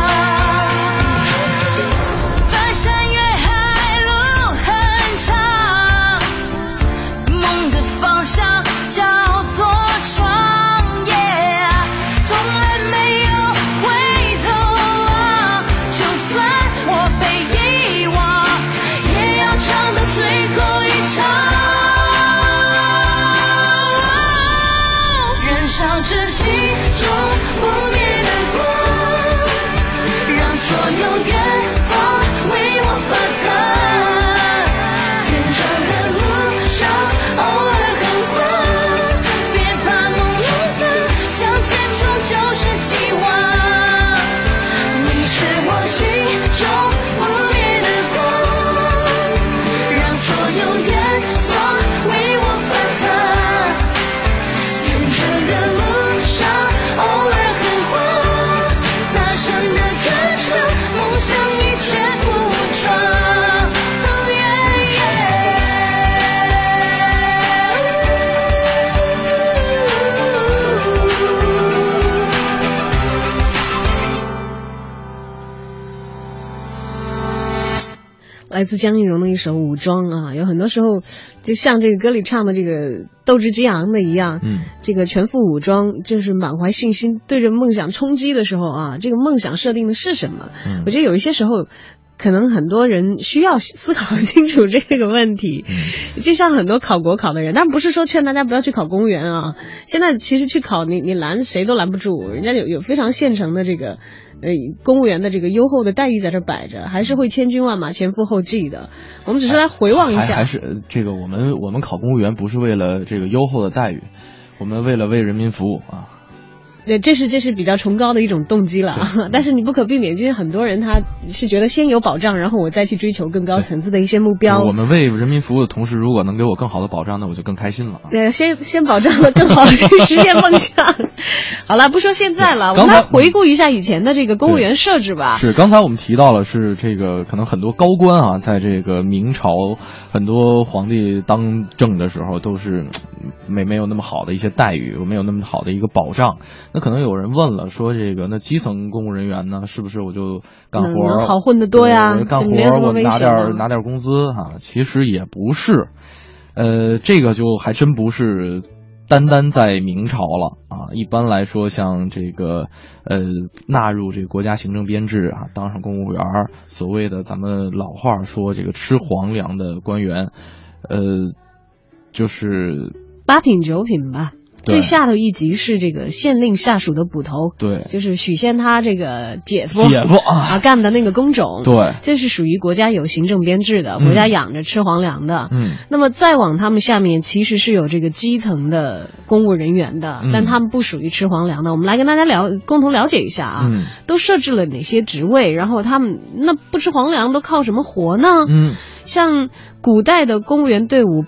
翻山越海路很长，梦的方向叫做闯耶，从来没有回头望，就算我被遗忘，也要唱到最后一场，燃烧着心中不灭的光，让所有远方为我发烫。天真的路上偶尔很慌，别怕梦永恒，向前冲就是希望。你是我心中不灭的光，让所有远方为我发烫。天真的路上偶尔很慌，大声的歌唱，梦想已全副武装。 来自江映蓉的一首《武装》啊，有很多时候就像这个歌里唱的这个斗志激昂的一样，这个全副武装就是满怀信心对着梦想冲击的时候啊，这个梦想设定的是什么？我觉得有一些时候可能很多人需要思考清楚这个问题，就像很多考国考的人，但不是说劝大家不要去考公务员啊，现在其实去考你拦谁都拦不住，人家有非常现成的这个公务员的这个优厚的待遇在这摆着，还是会千军万马前赴后继的。我们只是来回望一下， 还是这个我们考公务员不是为了这个优厚的待遇，我们为了为人民服务啊。 对，这是比较崇高的一种动机了啊，但是你不可避免，就是很多人他是觉得先有保障，然后我再去追求更高层次的一些目标。 我们为人民服务的同时，如果能给我更好的保障，那我就更开心了。 对，先保障了更好去实现梦想。好了，不说现在了，我们来回顾一下以前的这个公务员设置吧。 是，刚才我们提到了是这个可能很多高官啊，在这个明朝很多皇帝当政的时候都是没有那么好的一些待遇，没有那么好的一个保障。那可能有人问了，说这个那基层公务人员呢，是不是我就干活能好混得多呀？ 干活我拿点工资啊？其实也不是，这个就还真不是单在明朝了啊。一般来说，像这个纳入这个国家行政编制啊，当上公务员，所谓的咱们老话说这个吃皇粮的官员，就是 8品9品吧。 最下头一级是这个县令下属的捕头， 对， 就是许仙他这个姐夫干的那个工种， 对， 这是属于国家有行政编制的，国家养着吃皇粮的。那么再往他们下面其实是有这个基层的公务人员的，但他们不属于吃皇粮的。我们来跟大家共同了解一下啊，都设置了哪些职位，然后他们那不吃皇粮都靠什么活呢？像古代的公务员队伍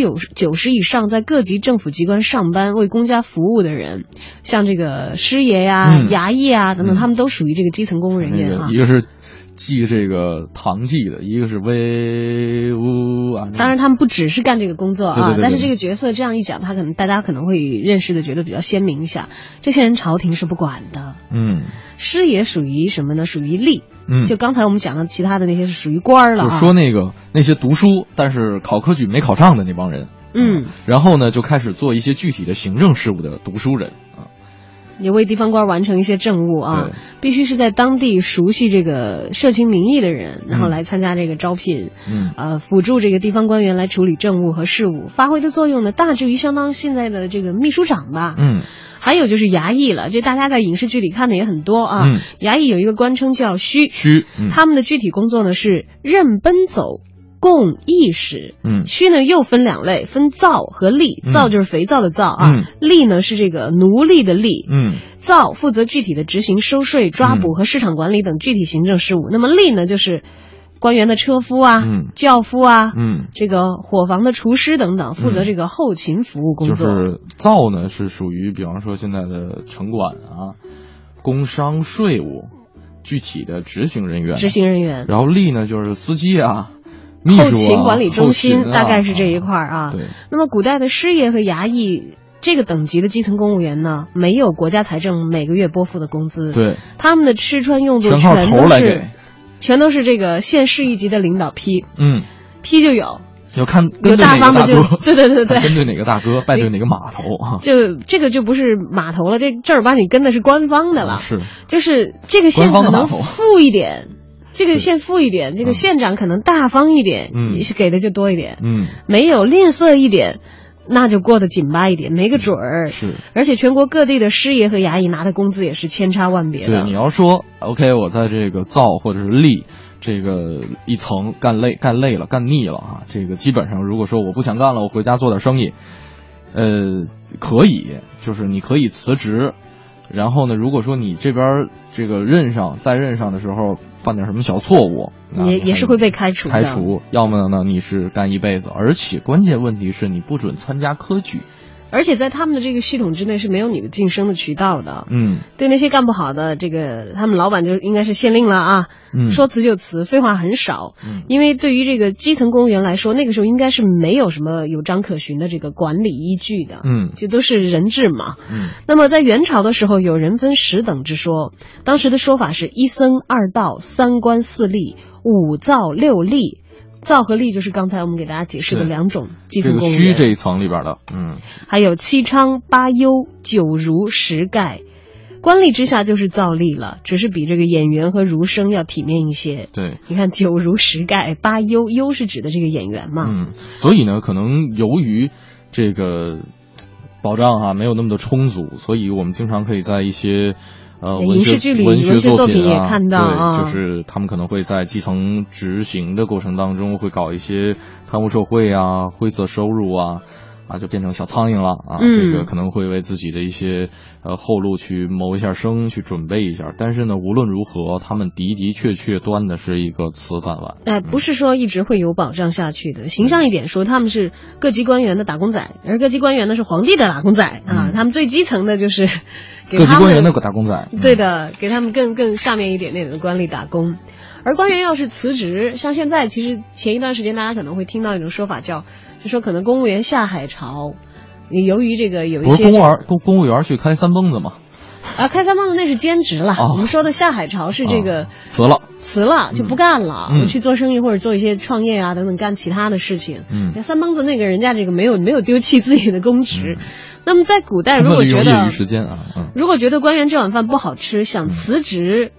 90%以上在各级政府机关上班为公家服务的人，像这个师爷呀、衙役啊等等，他们都属于这个基层公务人员啊。 一个是记这个唐记的，一个是威武啊。 当然他们不只是干这个工作啊， 对， 但是这个角色这样一讲，大家可能会认识的觉得比较鲜明一下。这些人朝廷是不管的。师爷属于什么呢？属于吏。就刚才我们讲的其他的那些是属于官了。 就说那些读书但是考科举没考上的那帮人。然后呢就开始做一些具体的行政事务的读书人啊。 也为地方官完成一些政务啊，必须是在当地熟悉这个社情民意的人，然后来参加这个招聘，辅助这个地方官员来处理政务和事务，发挥的作用呢，大致于相当现在的这个秘书长吧。还有就是衙役了，这大家在影视剧里看的也很多啊。衙役有一个官称叫胥，他们的具体工作呢是任奔走。供役使，胥呢又分两类，分灶和吏。灶就是肥皂的皂啊，吏呢是这个奴隶的吏。灶负责具体的执行收税、抓捕和市场管理等具体行政事务。那么吏呢，就是官员的车夫啊、轿夫啊，这个伙房的厨师等等，负责这个后勤服务工作。 就是灶呢是属于，比方说现在的城管啊、工商税务具体的执行人员。然后吏呢就是司机啊。 后勤管理中心大概是这一块啊。那么古代的师爷和衙役这个等级的基层公务员呢，没有国家财政每个月拨付的工资，他们的吃穿用度全都是这个县市一级的领导批，批就有看有大方的就对， 跟对哪个大哥，拜对哪个码头啊？ 就这个就不是码头了，这正儿八经跟的是官方的了， 是就是这个县可能富一点。这个县富一点，这个县长可能大方一点，是给的就多一点，没有吝啬一点，那就过得紧巴一点，没个准儿。 是， 而且全国各地的师爷和衙役拿的工资也是千差万别的。 对，你要说 OK， 我在这个灶或者是吏这个一层干累了，干腻了啊，这个基本上如果说我不想干了，我回家做点生意，可以，就是你可以辞职。然后呢，如果说你这边这个在任上的时候犯点什么小错误， 也是会被开除。 要么呢你是干一辈子，而且关键问题是你不准参加科举。 而且在他们的这个系统之内是没有你的晋升的渠道的。对那些干不好的，这个他们老板就应该是县令了啊。说辞就辞，废话很少。因为对于这个基层公务员来说，那个时候应该是没有什么有章可循的这个管理依据的。就都是人治嘛。那么在元朝的时候，有人分10等之说，当时的说法是1僧2道3官4吏5灶6吏。灶和吏就是刚才我们给大家解释的2种基层公务员。 这个胥这一层里边的， 还有7娼8优9儒10丐，官吏之下就是灶吏了，只是比这个演员和儒生要体面一些。 对， 你看9儒10丐8优，优是指的这个演员嘛。 所以呢，可能由于这个保障没有那么的充足，所以我们经常可以在一些影视剧里、文学作品也看到啊， 就是他们可能会在基层执行的过程当中会搞一些贪污受贿啊、灰色收入啊，就变成小苍蝇了啊。这个可能会为自己的一些后路去谋一下生，去准备一下。但是呢，无论如何，他们的确端的是一个瓷饭碗。 不是说一直会有保障下去的。形象一点说，他们是各级官员的打工仔，而各级官员呢是皇帝的打工仔啊。他们最基层的就是各级官员的打工仔。 对的，给他们更下面一点点的官吏打工。而官员要是辞职，像现在其实前一段时间大家可能会听到一种说法就说可能公务员下海潮，由于这个有一些公务员去开三蹦子嘛。 开三蹦子那是兼职了。我们说的下海潮是这个辞了就不干了，去做生意或者做一些创业啊等等，干其他的事情。三蹦子那个人家这个没有丢弃自己的公职。那么在古代如果觉得官员这碗饭不好吃，想辞职，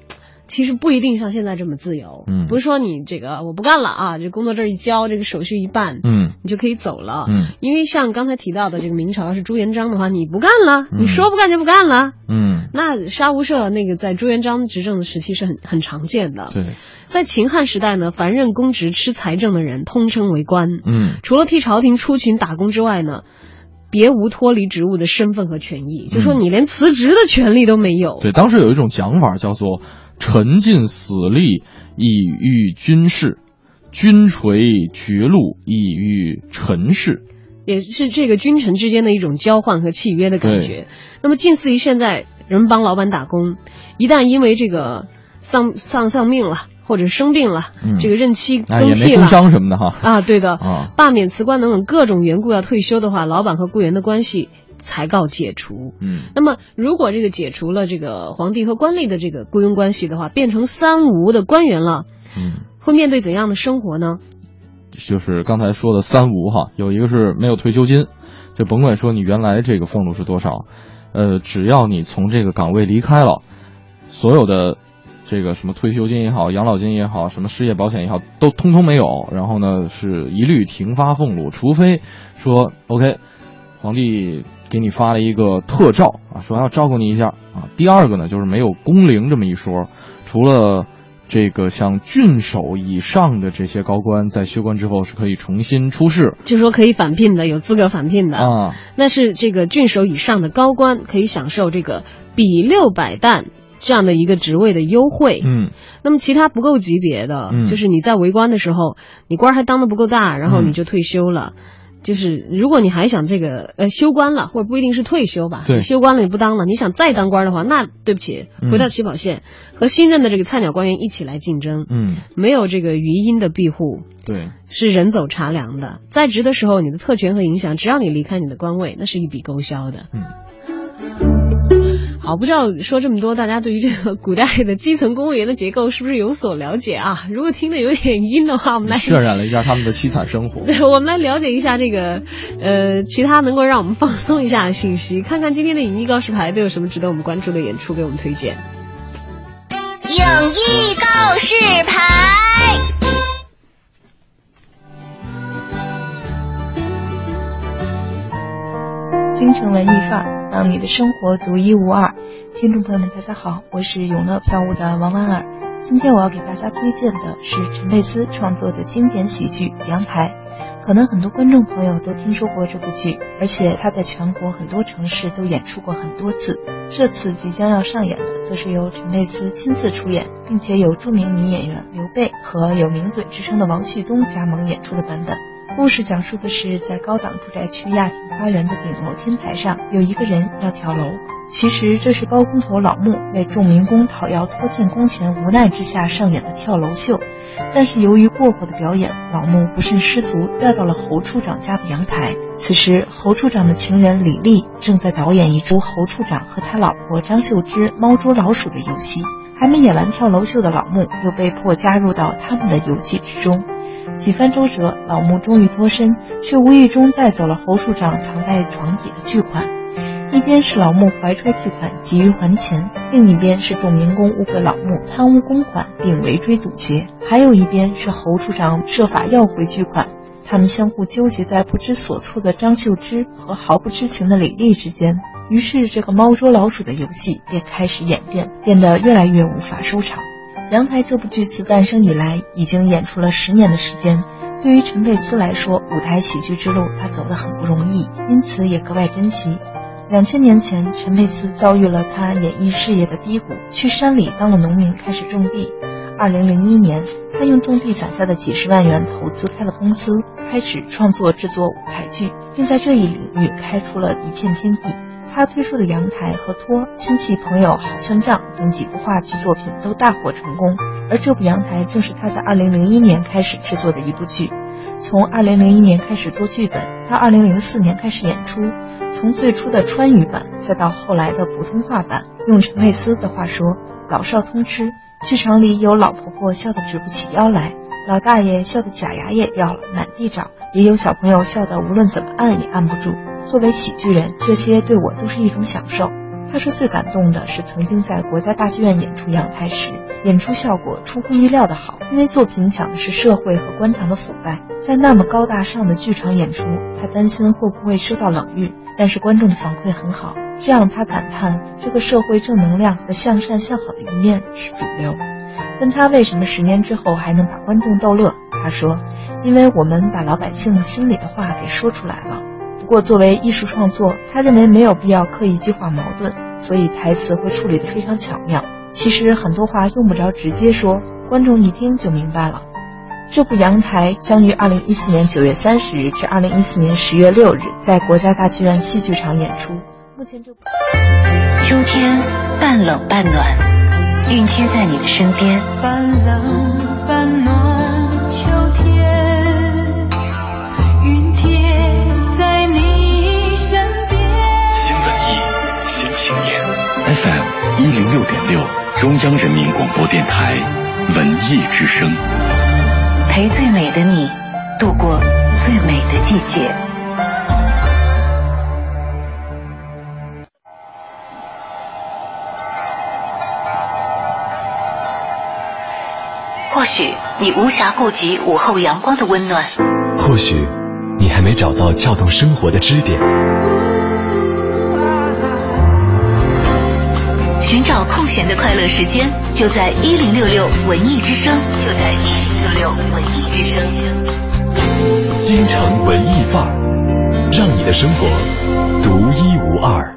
其实不一定像现在这么自由。不是说你这个我不干了啊，这工作证一交，这个手续一办，你就可以走了。因为像刚才提到的这个明朝要是朱元璋的话，你不干了，你说不干就不干了。那杀无赦那个在朱元璋执政的时期是很常见的。 对， 在秦汉时代呢，凡任公职吃财政的人通称为官。除了替朝廷出勤打工之外呢，别无脱离职务的身份和权益，就说你连辞职的权利都没有。 对，当时有一种讲法叫做沉尽死力以御军事，君垂绝路以御臣事， 也是这个君臣之间的一种交换和契约的感觉。那么近似于现在人们帮老板打工，一旦因为这个丧命了或者生病了，这个任期更替了， 也没工伤什么的哈。 对的，罢免辞官等等各种缘故要退休的话，老板和雇员的关系才告解除。那么如果这个解除了这个皇帝和官吏的这个雇佣关系的话，变成三无的官员了，会面对怎样的生活呢？ 就是刚才说的三无哈，有一个是没有退休金，就甭管说你原来这个俸禄是多少，只要你从这个岗位离开了，所有的这个什么退休金也好，养老金也好，什么失业保险也好，都通通没有。然后呢，是一律停发俸禄，除非说 OK， 皇帝给你发了一个特诏啊，说要照顾你一下啊。第二个呢，就是没有工龄这么一说，除了这个像郡守以上的这些高官，在休官之后是可以重新出仕， 就说可以返聘的，有资格返聘的啊。那是这个郡守以上的高官可以享受这个比600担这样的一个职位的优惠。那么其他不够级别的，就是你在为官的时候，你官还当得不够大，然后你就退休了。就是如果你还想这个休官了，或者不一定是退休吧， 对， 休官了你不当了，你想再当官的话，那对不起，回到起跑线，和新任的这个菜鸟官员一起来竞争。没有这个余荫的庇护， 对， 是人走茶凉的。在职的时候，你的特权和影响，只要你离开你的官位，那是一笔勾销的。好，不知道说这么多，大家对于这个古代的基层公务员的结构是不是有所了解啊？如果听得有点晕的话，我们来渲染了一下他们的凄惨生活。 对，我们来了解一下这个其他能够让我们放松一下的信息，看看今天的影艺告示牌都有什么值得我们关注的演出给我们推荐。 影艺告示牌。 京城文艺范儿，让你的生活独一无二。听众朋友们大家好，我是永乐票务的王婉儿。今天我要给大家推荐的是陈佩斯创作的经典喜剧《阳台》。可能很多观众朋友都听说过这部剧，而且它在全国很多城市都演出过很多次。这次即将要上演的则是由陈佩斯亲自出演，并且有著名女演员刘贝和有名嘴之称的王旭东加盟演出的版本。故事讲述的是在高档住宅区亚庭花园的顶楼天台上，有一个人要跳楼。其实这是包工头老穆为众民工讨要拖欠工钱无奈之下上演的跳楼秀。但是由于过火的表演，老穆不慎失足掉到了侯处长家的阳台。此时侯处长的情人李丽正在导演一出侯处长和他老婆张秀芝猫捉老鼠的游戏。还没演完跳楼秀的老穆又被迫加入到他们的游戏之中。几番周折，老穆终于脱身，却无意中带走了侯处长藏在床底的巨款。一边是老穆怀揣巨款急于还钱，另一边是众民工误会老穆贪污公款并围追堵截，还有一边是侯处长设法要回巨款。他们相互纠结在不知所措的张秀芝和毫不知情的李丽之间，于是这个猫捉老鼠的游戏便开始演变，变得越来越无法收场。阳台这部剧自诞生以来已经演出了10年的时间，对于陈佩斯来说，舞台喜剧之路他走得很不容易，因此也格外珍惜。2000年前，陈佩斯遭遇了他演艺事业的低谷，去山里当了农民，开始种地。2001年，他用种地攒下的几十万元投资开了公司，开始创作制作舞台剧，并在这一领域开出了一片天地。他推出的《阳台》和《托》、《亲戚朋友好算账》等几部话剧作品都大获成功，而这部《阳台》正是他在2001年开始制作的一部剧。从2001年开始做剧本，到2004年开始演出，从最初的川语版，再到后来的普通话版，用陈佩斯的话说，老少通吃。剧场里有老婆婆笑得直不起腰来，老大爷笑得假牙也掉了满地找，也有小朋友笑得无论怎么按也按不住。作为喜剧人，这些对我都是一种享受。 他说最感动的是曾经在国家大剧院演出阳台时，演出效果出乎意料的好，因为作品讲的是社会和官场的腐败。在那么高大上的剧场演出，他担心会不会受到冷遇，但是观众的反馈很好，这让他感叹这个社会正能量和向善向好的一面是主流。问他为什么10年之后还能把观众逗乐，他说因为我们把老百姓心里的话给说出来了。不过作为艺术创作，他认为没有必要刻意激化矛盾，所以台词会处理得非常巧妙。其实很多话用不着直接说，观众一听就明白了。这部《阳台》将于2014年9月30日至2014年10月6日在国家大剧院戏剧场演出。目前这部秋天半冷半暖，熨贴在你的身边。 半冷半暖秋天，熨贴在你身边。 新文艺新青年 FM 106.6，中央人民广播电台文艺之声， 陪最美的你度过最美的季节。或许你无暇顾及午后阳光的温暖， 或许你还没找到撬动生活的支点。 寻找空闲的快乐时间，就在1066文艺之声，就在1066文艺之声。 京城文艺范儿，让你的生活独一无二。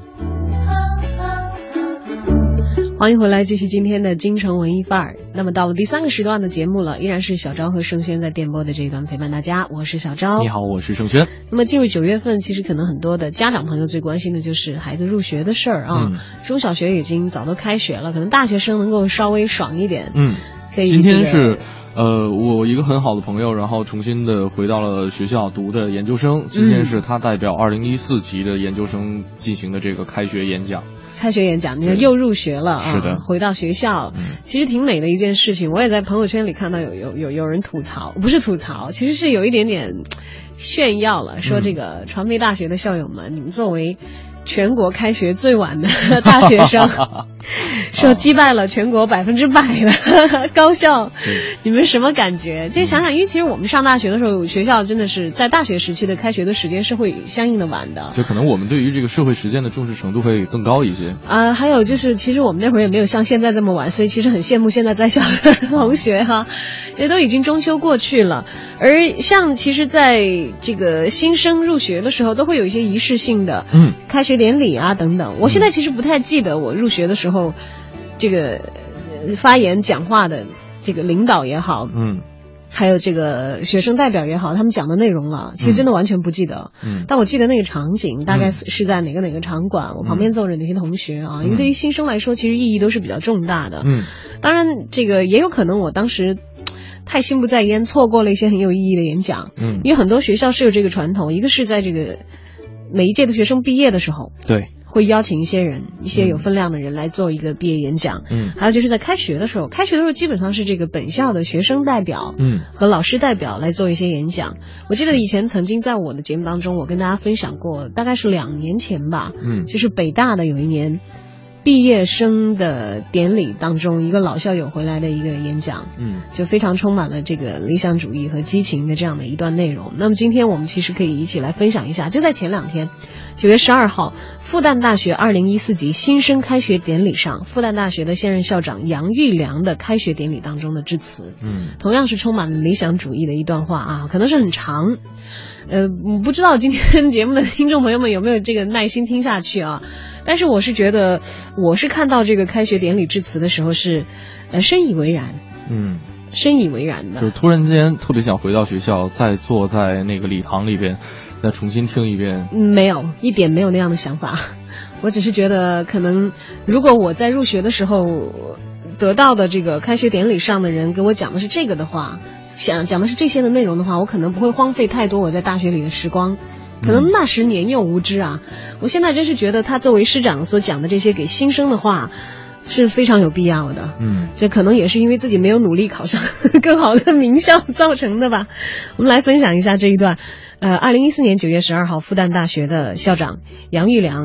欢迎回来，继续今天的京城文艺范儿。那么到了第3个时段的节目了，依然是小昭和盛轩在电波的这一段陪伴大家，我是小昭。 你好，我是盛轩。 那么进入9月份，其实可能很多的家长朋友最关心的就是孩子入学的事儿啊。中小学已经早都开学了，可能大学生能够稍微爽一点。可以。 今天是我一个很好的朋友，然后重新的回到了学校读的研究生。今天是他代表2014级的研究生进行的这个开学演讲。 开学演讲，你看又入学了啊！ 是的， 回到学校，其实挺美的一件事情。我也在朋友圈里看到有人吐槽，不是吐槽，其实是有一点点炫耀了，说这个传媒大学的校友们，你们作为全国开学最晚的大学生，说击败了全国100%的高校，你们什么感觉？其实想想，因为其实我们上大学的时候，学校真的是在大学时期的开学的时间是会相应的晚的， 就可能我们对于这个社会实践的重视程度会更高一些还有就是，其实我们那会儿也没有像现在这么晚，所以其实很羡慕现在在校的同学哈，也都已经中秋过去了。而像其实在这个新生入学的时候，都会有一些仪式性的开学典礼啊等等。我现在其实不太记得我入学的时候这个发言讲话的这个领导也好还有这个学生代表也好，他们讲的内容了，其实真的完全不记得但我记得那个场景大概是在哪个场馆，我旁边坐着那些同学啊，因为对于新生来说其实意义都是比较重大的当然这个也有可能我当时太心不在焉，错过了一些很有意义的演讲因为很多学校是有这个传统，一个是在这个每一届的学生毕业的时候， 对， 会邀请一些人，一些有分量的人来做一个毕业演讲还有就是在开学的时候基本上是这个本校的学生代表和老师代表来做一些演讲我记得以前曾经在我的节目当中我跟大家分享过，大概是2年前吧就是北大的有一年毕业生的典礼当中，一个老校友回来的一个演讲就非常充满了这个理想主义和激情的这样的一段内容。那么今天我们其实可以一起来分享一下，就在前2天9月12号复旦大学2014级新生开学典礼上，复旦大学的现任校长杨玉良的开学典礼当中的致辞同样是充满了理想主义的一段话啊，可能是很长不知道今天节目的听众朋友们有没有这个耐心听下去啊，但是我是觉得我是看到这个开学典礼致辞的时候是深以为然深以为然的， 就突然间特别想回到学校，再坐在那个礼堂里边再重新听一遍没有，一点没有那样的想法我只是觉得可能如果我在入学的时候得到的这个开学典礼上的人给我讲的是这个的话，讲的是这些的内容的话，我可能不会荒废太多我在大学里的时光，可能那时年幼无知啊，我现在真是觉得他作为师长所讲的这些给新生的话是非常有必要的这可能也是因为自己没有努力考上更好的名校造成的吧。我们来分享一下这一段2014年9月12号复旦大学的校长杨玉良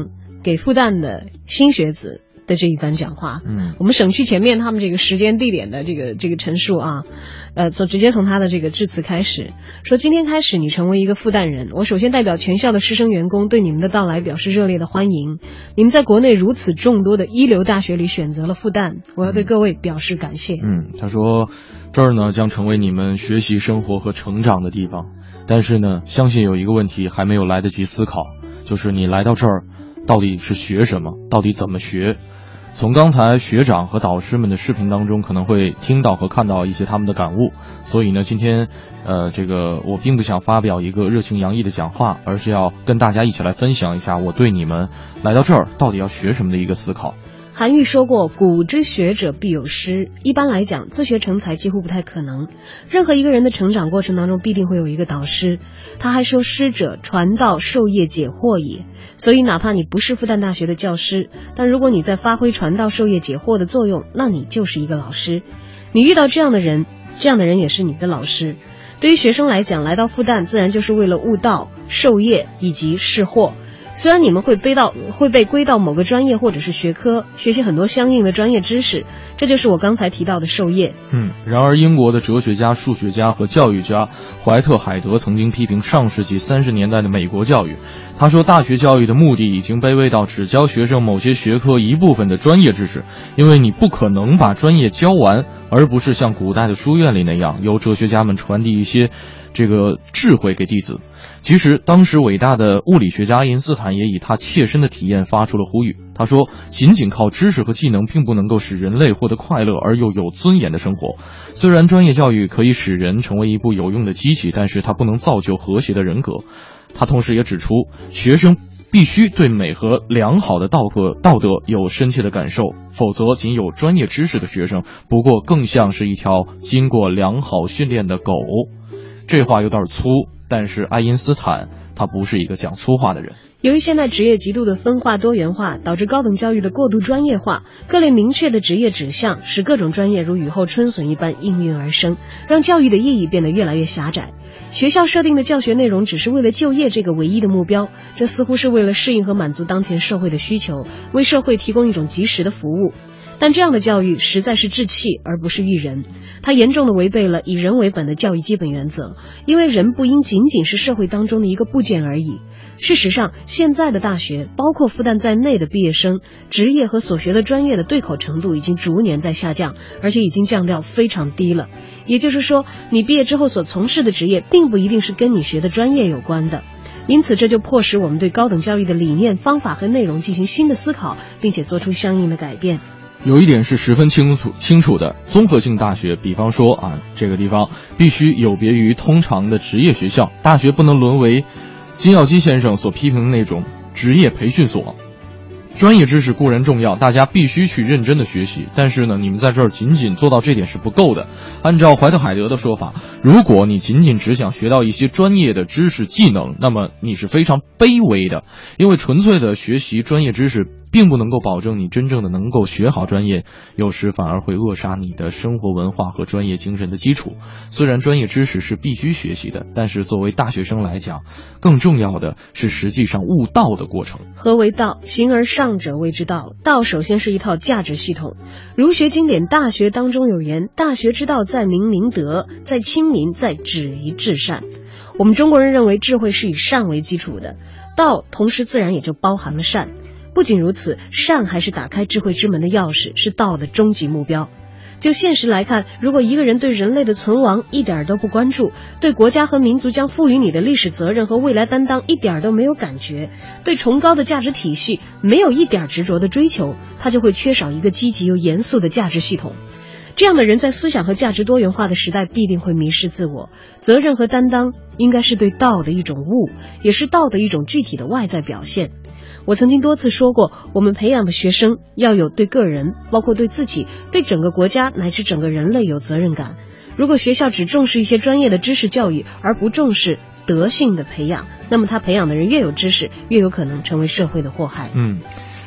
给复旦的新学子的这一番讲话。我们省去前面他们这个时间地点的这个陈述啊，直接从他的这个致辞开始，说今天开始你成为一个复旦人，我首先代表全校的师生员工对你们的到来表示热烈的欢迎。你们在国内如此众多的一流大学里选择了复旦，我要对各位表示感谢。 他说这儿呢将成为你们学习生活和成长的地方，但是呢相信有一个问题还没有来得及思考，就是你来到这儿到底是学什么，到底怎么学。从刚才学长和导师们的视频当中可能会听到和看到一些他们的感悟，所以呢今天我并不想发表一个热情洋溢的讲话，而是要跟大家一起来分享一下我对你们来到这儿到底要学什么的一个思考。 韩愈说过，古之学者必有师，一般来讲自学成才几乎不太可能，任何一个人的成长过程当中必定会有一个导师。他还说师者，传道授业解惑也。所以哪怕你不是复旦大学的教师，但如果你在发挥传道授业解惑的作用，那你就是一个老师。你遇到这样的人，这样的人也是你的老师。对于学生来讲，来到复旦自然就是为了悟道、授业以及释惑。虽然你们会被归到某个专业或者是学科，学习很多相应的专业知识，这就是我刚才提到的授业。 然而英国的哲学家、数学家和教育家怀特海德曾经批评上世纪30年代的美国教育。他说，大学教育的目的已经卑微到只教学生某些学科一部分的专业知识，因为你不可能把专业教完，而不是像古代的书院里那样由哲学家们传递一些这个智慧给弟子。其实当时伟大的物理学家爱因斯坦也以他切身的体验发出了呼吁。他说，仅仅靠知识和技能并不能够使人类获得快乐而又有尊严的生活。虽然专业教育可以使人成为一部有用的机器，但是它不能造就和谐的人格。他同时也指出，学生必须对美和良好的道德有深切的感受，否则仅有专业知识的学生不过更像是一条经过良好训练的狗。这话有点粗，但是爱因斯坦他不是一个讲粗话的人。 由于现在职业极度的分化多元化，导致高等教育的过度专业化，各类明确的职业指向使各种专业如雨后春笋一般应运而生，让教育的意义变得越来越狭窄。学校设定的教学内容只是为了就业这个唯一的目标，这似乎是为了适应和满足当前社会的需求，为社会提供一种及时的服务。但这样的教育实在是治气而不是育人，它严重地违背了以人为本的教育基本原则，因为人不应仅仅是社会当中的一个部件而已。事实上，现在的大学，包括复旦在内的毕业生，职业和所学的专业的对口程度已经逐年在下降，而且已经降到非常低了。也就是说，你毕业之后所从事的职业并不一定是跟你学的专业有关的。因此这就迫使我们对高等教育的理念、方法和内容进行新的思考，并且做出相应的改变。 有一点是十分清楚的，综合性大学，比方说这个地方必须有别于通常的职业学校，大学不能沦为金耀基先生所批评的那种职业培训所。专业知识固然重要，大家必须去认真的学习，但是呢，你们在这儿仅仅做到这点是不够的。按照怀特海德的说法，如果你仅仅只想学到一些专业的知识技能，那么你是非常卑微的，因为纯粹的学习专业知识并不能够保证你真正的能够学好专业，有时反而会扼杀你的生活文化和专业精神的基础。虽然专业知识是必须学习的，但是作为大学生来讲，更重要的是实际上悟道的过程。 何为道？形而上者谓之道。道首先是一套价值系统。儒学经典《大学》当中有言，大学之道在明明德，在亲民，在止于至善。我们中国人认为智慧是以善为基础的，道同时自然也就包含了善。不仅如此，善还是打开智慧之门的钥匙，是道的终极目标。就现实来看，如果一个人对人类的存亡一点都不关注，对国家和民族将赋予你的历史责任和未来担当一点都没有感觉，对崇高的价值体系没有一点执着的追求，他就会缺少一个积极又严肃的价值系统。这样的人在思想和价值多元化的时代必定会迷失自我。责任和担当应该是对道的一种悟，也是道的一种具体的外在表现。我曾经多次说过，我们培养的学生要有对个人，包括对自己，对整个国家乃至整个人类有责任感。如果学校只重视一些专业的知识教育，而不重视德性的培养，那么他培养的人越有知识，越有可能成为社会的祸害。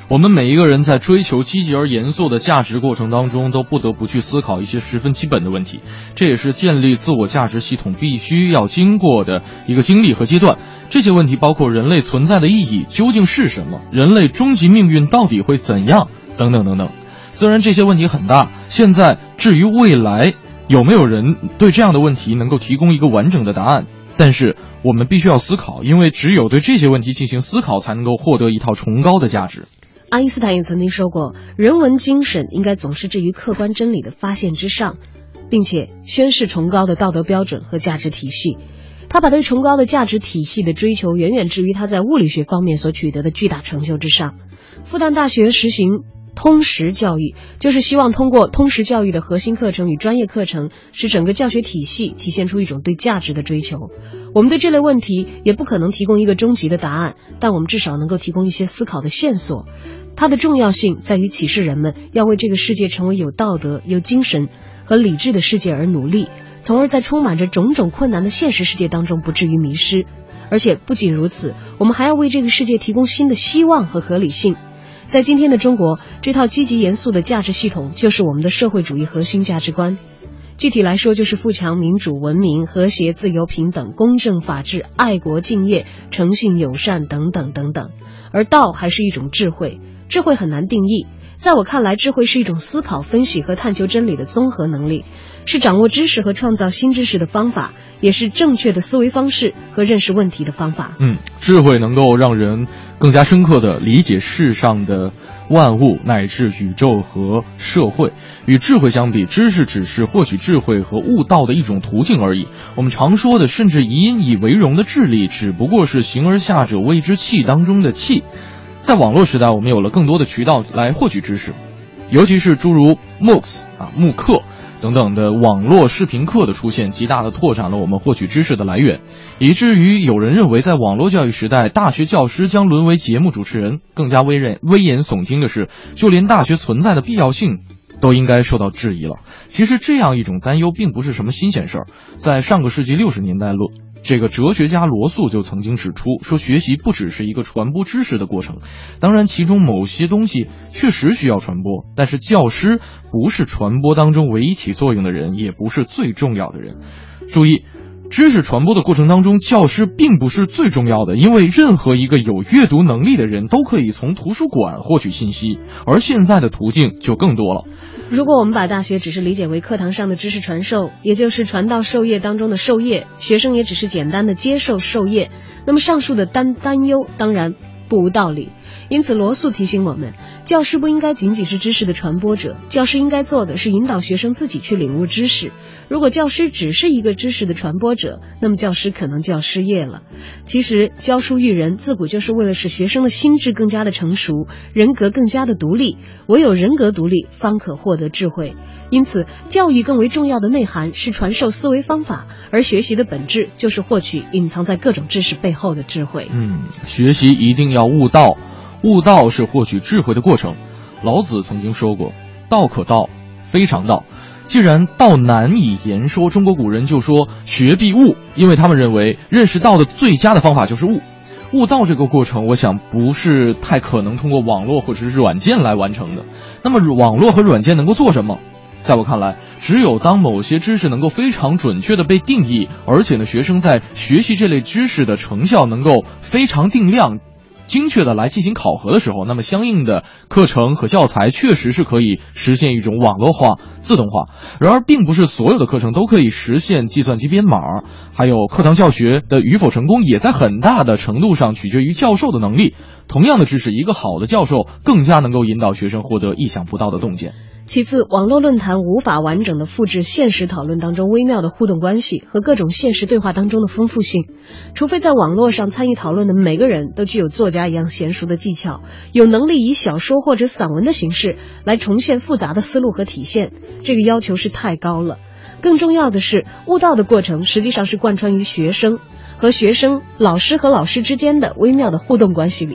我们每一个人在追求积极而严肃的价值过程当中，都不得不去思考一些十分基本的问题，这也是建立自我价值系统必须要经过的一个经历和阶段。这些问题包括人类存在的意义究竟是什么，人类终极命运到底会怎样，等等等等。虽然这些问题很大，现在至于未来有没有人对这样的问题能够提供一个完整的答案，但是我们必须要思考，因为只有对这些问题进行思考，才能够获得一套崇高的价值。 爱因斯坦也曾经说过，人文精神应该总是置于客观真理的发现之上，并且宣示崇高的道德标准和价值体系。他把对崇高的价值体系的追求远远置于他在物理学方面所取得的巨大成就之上。复旦大学实行通识教育，就是希望通过通识教育的核心课程与专业课程，使整个教学体系体现出一种对价值的追求。我们对这类问题也不可能提供一个终极的答案，但我们至少能够提供一些思考的线索。它的重要性在于启示人们要为这个世界成为有道德、有精神和理智的世界而努力，从而在充满着种种困难的现实世界当中不至于迷失。而且不仅如此，我们还要为这个世界提供新的希望和合理性。在今天的中国，这套积极严肃的价值系统就是我们的社会主义核心价值观。具体来说，就是富强、民主、文明、和谐、自由、平等、公正、法治、爱国、敬业、诚信、友善等等等等。而道还是一种智慧，智慧很难定义。在我看来，智慧是一种思考、分析和探求真理的综合能力，是掌握知识和创造新知识的方法，也是正确的思维方式和认识问题的方法。 智慧能够让人更加深刻地理解世上的万物乃至宇宙和社会。与智慧相比，知识只是获取智慧和悟道的一种途径而已。我们常说的甚至引以为荣的智力，只不过是形而下者谓之器当中的器。在网络时代，我们有了更多的渠道来获取知识，尤其是诸如 MOOCs 慕课等等的网络视频课的出现，极大地拓展了我们获取知识的来源，以至于有人认为，在网络教育时代，大学教师将沦为节目主持人。更加危言耸听的是，就连大学存在的必要性都应该受到质疑了。其实这样一种担忧并不是什么新鲜事儿，在上个世纪60年代这个哲学家罗素就曾经指出，说学习不只是一个传播知识的过程，当然其中某些东西确实需要传播，但是教师不是传播当中唯一起作用的人，也不是最重要的人。注意，知识传播的过程当中，教师并不是最重要的，因为任何一个有阅读能力的人都可以从图书馆获取信息，而现在的途径就更多了。 如果我们把大学只是理解为课堂上的知识传授，也就是传道授业当中的授业，学生也只是简单的接受授业，那么上述的担忧当然不无道理。因此罗素提醒我们，教师不应该仅仅是知识的传播者，教师应该做的是引导学生自己去领悟知识。如果教师只是一个知识的传播者，那么教师可能就要失业了。其实教书育人自古就是为了使学生的心智更加的成熟，人格更加的独立，唯有人格独立方可获得智慧。因此教育更为重要的内涵是传授思维方法，而学习的本质就是获取隐藏在各种知识背后的智慧。 学习一定要悟道，悟道是获取智慧的过程。老子曾经说过，道可道，非常道。既然道难以言说，中国古人就说学必悟，因为他们认为认识道的最佳的方法就是悟。悟道这个过程，我想不是太可能通过网络或者是软件来完成的。那么网络和软件能够做什么？在我看来，只有当某些知识能够非常准确的被定义，而且呢，学生在学习这类知识的成效能够非常定量精确的来进行考核的时候，那么相应的课程和教材确实是可以实现一种网络化、自动化。然而并不是所有的课程都可以实现计算机编码，还有课堂教学的与否成功也在很大的程度上取决于教授的能力。同样的知识，一个好的教授更加能够引导学生获得意想不到的洞见。 其次，网络论坛无法完整的复制现实讨论当中微妙的互动关系和各种现实对话当中的丰富性，除非在网络上参与讨论的每个人都具有作家一样娴熟的技巧，有能力以小说或者散文的形式来重现复杂的思路和体现，这个要求是太高了。更重要的是，悟道的过程实际上是贯穿于学生和学生、老师和老师之间的微妙的互动关系里。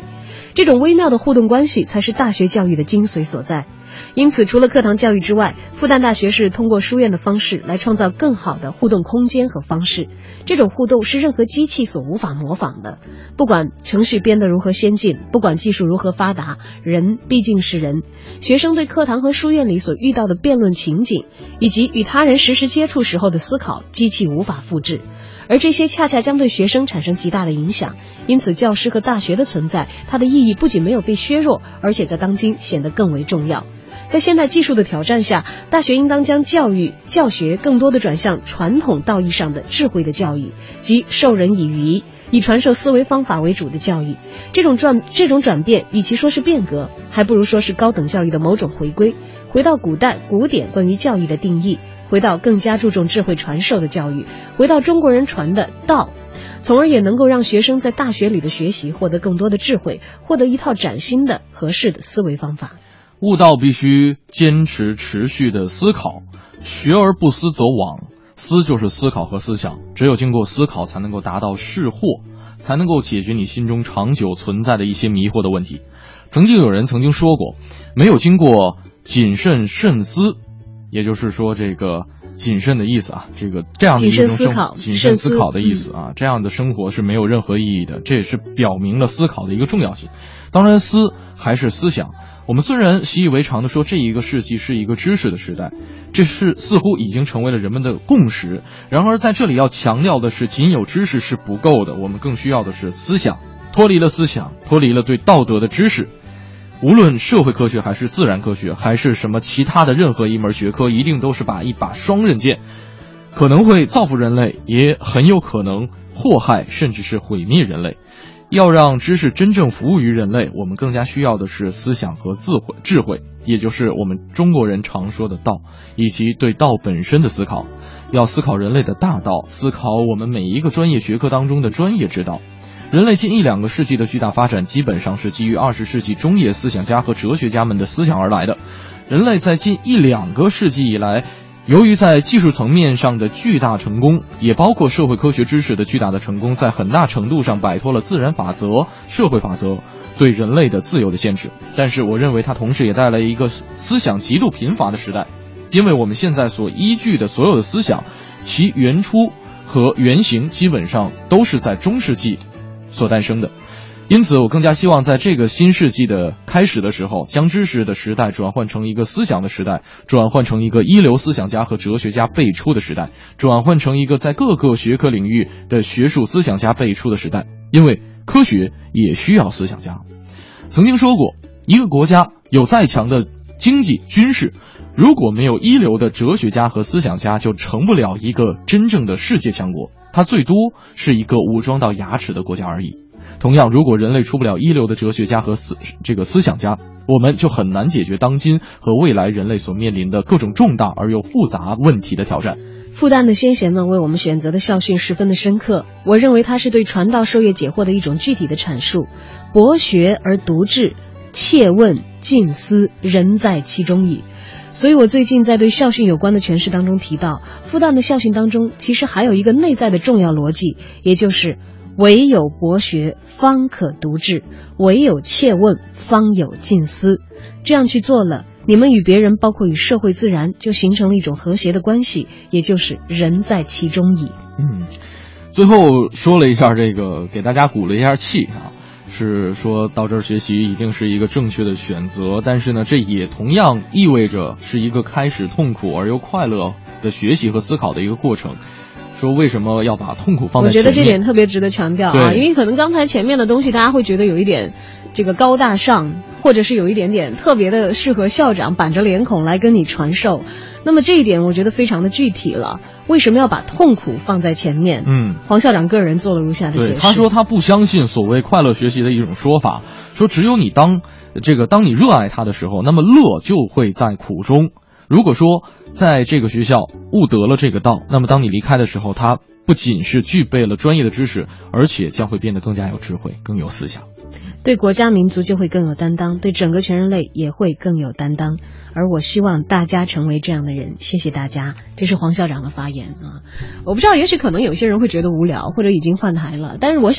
这种微妙的互动关系才是大学教育的精髓所在。因此，除了课堂教育之外，复旦大学是通过书院的方式来创造更好的互动空间和方式。这种互动是任何机器所无法模仿的。不管程序编得如何先进，不管技术如何发达，人毕竟是人。学生对课堂和书院里所遇到的辩论情景，以及与他人实时接触时候的思考，机器无法复制。而这些恰恰将对学生产生极大的影响，因此教师和大学的存在，它的意义不仅没有被削弱，而且在当今显得更为重要。在现代技术的挑战下，大学应当将教育教学更多的转向传统道义上的智慧的教育，即授人以渔，以传授思维方法为主的教育。这种转变，与其说是变革，还不如说是高等教育的某种回归，回到古代古典关于教育的定义，回到更加注重智慧传授的教育，回到中国人传的道，从而也能够让学生在大学里的学习获得更多的智慧，获得一套崭新的合适的思维方法。 悟道必须坚持持续的思考，学而不思则罔，思就是思考和思想，只有经过思考才能够达到释惑，才能够解决你心中长久存在的一些迷惑的问题。曾经有人说过，没有经过谨慎慎思，也就是说这个谨慎的意思啊，这样的一种谨慎思考的意思啊，这样的生活是没有任何意义的，这也是表明了思考的一个重要性。当然思还是思想，我们虽然习以为常的说这一个世纪是一个知识的时代，这是似乎已经成为了人们的共识，然而在这里要强调的是，仅有知识是不够的，我们更需要的是思想。脱离了思想，脱离了对道德的知识，无论社会科学还是自然科学还是什么其他的任何一门学科，一定都是一把双刃剑，可能会造福人类，也很有可能祸害甚至是毁灭人类。要让知识真正服务于人类，我们更加需要的是思想和智慧，也就是我们中国人常说的道，以及对道本身的思考。要思考人类的大道，思考我们每一个专业学科当中的专业之道。人类近1-2个世纪的巨大发展，基本上是基于20世纪中叶思想家和哲学家们的思想而来的。人类在近1-2个世纪以来，由于在技术层面上的巨大成功，也包括社会科学知识的巨大的成功，在很大程度上摆脱了自然法则、社会法则对人类的自由的限制。但是我认为它同时也带来一个思想极度贫乏的时代，因为我们现在所依据的所有的思想，其原初和原型基本上都是在中世纪所诞生的。因此我更加希望在这个新世纪的开始的时候，将知识的时代转换成一个思想的时代，转换成一个一流思想家和哲学家辈出的时代，转换成一个在各个学科领域的学术思想家辈出的时代。因为科学也需要思想家。曾经说过，一个国家有再强的经济军事，如果没有一流的哲学家和思想家，就成不了一个真正的世界强国，它最多是一个武装到牙齿的国家而已。同样，如果人类出不了一流的哲学家和思想家，我们就很难解决当今和未来人类所面临的各种重大而又复杂问题的挑战。 复旦的先贤们为我们选择的校训十分的深刻，我认为它是对传道授业解惑的一种具体的阐述。博学而独智，切问近思，人在其中矣。所以我最近在对校训有关的诠释当中提到，复旦的校训当中其实还有一个内在的重要逻辑，也就是唯有博学方可独智，唯有切问方有近思。这样去做了，你们与别人包括与社会自然就形成了一种和谐的关系，也就是人在其中矣。 最后说了一下给大家鼓了一下气啊，是说到这儿学习一定是一个正确的选择，但是呢，这也同样意味着是一个开始痛苦而又快乐的学习和思考的一个过程。说为什么要把痛苦放在前面？我觉得这点特别值得强调啊，因为可能刚才前面的东西大家会觉得有一点高大上，或者是有一点点特别的适合校长板着脸孔来跟你传授。那么这一点我觉得非常的具体了，为什么要把痛苦放在前面？黄校长个人做了如下的解释。 对，他说他不相信所谓快乐学习的一种说法，说只有你当你热爱它的时候，那么乐就会在苦中。如果说在这个学校悟得了这个道，那么当你离开的时候，它不仅是具备了专业的知识，而且将会变得更加有智慧，更有思想。 对国家民族就会更有担当，对整个全人类也会更有担当。而我希望大家成为这样的人，谢谢大家。这是黄校长的发言啊。我不知道，也许可能有些人会觉得无聊，或者已经换台了，但是我想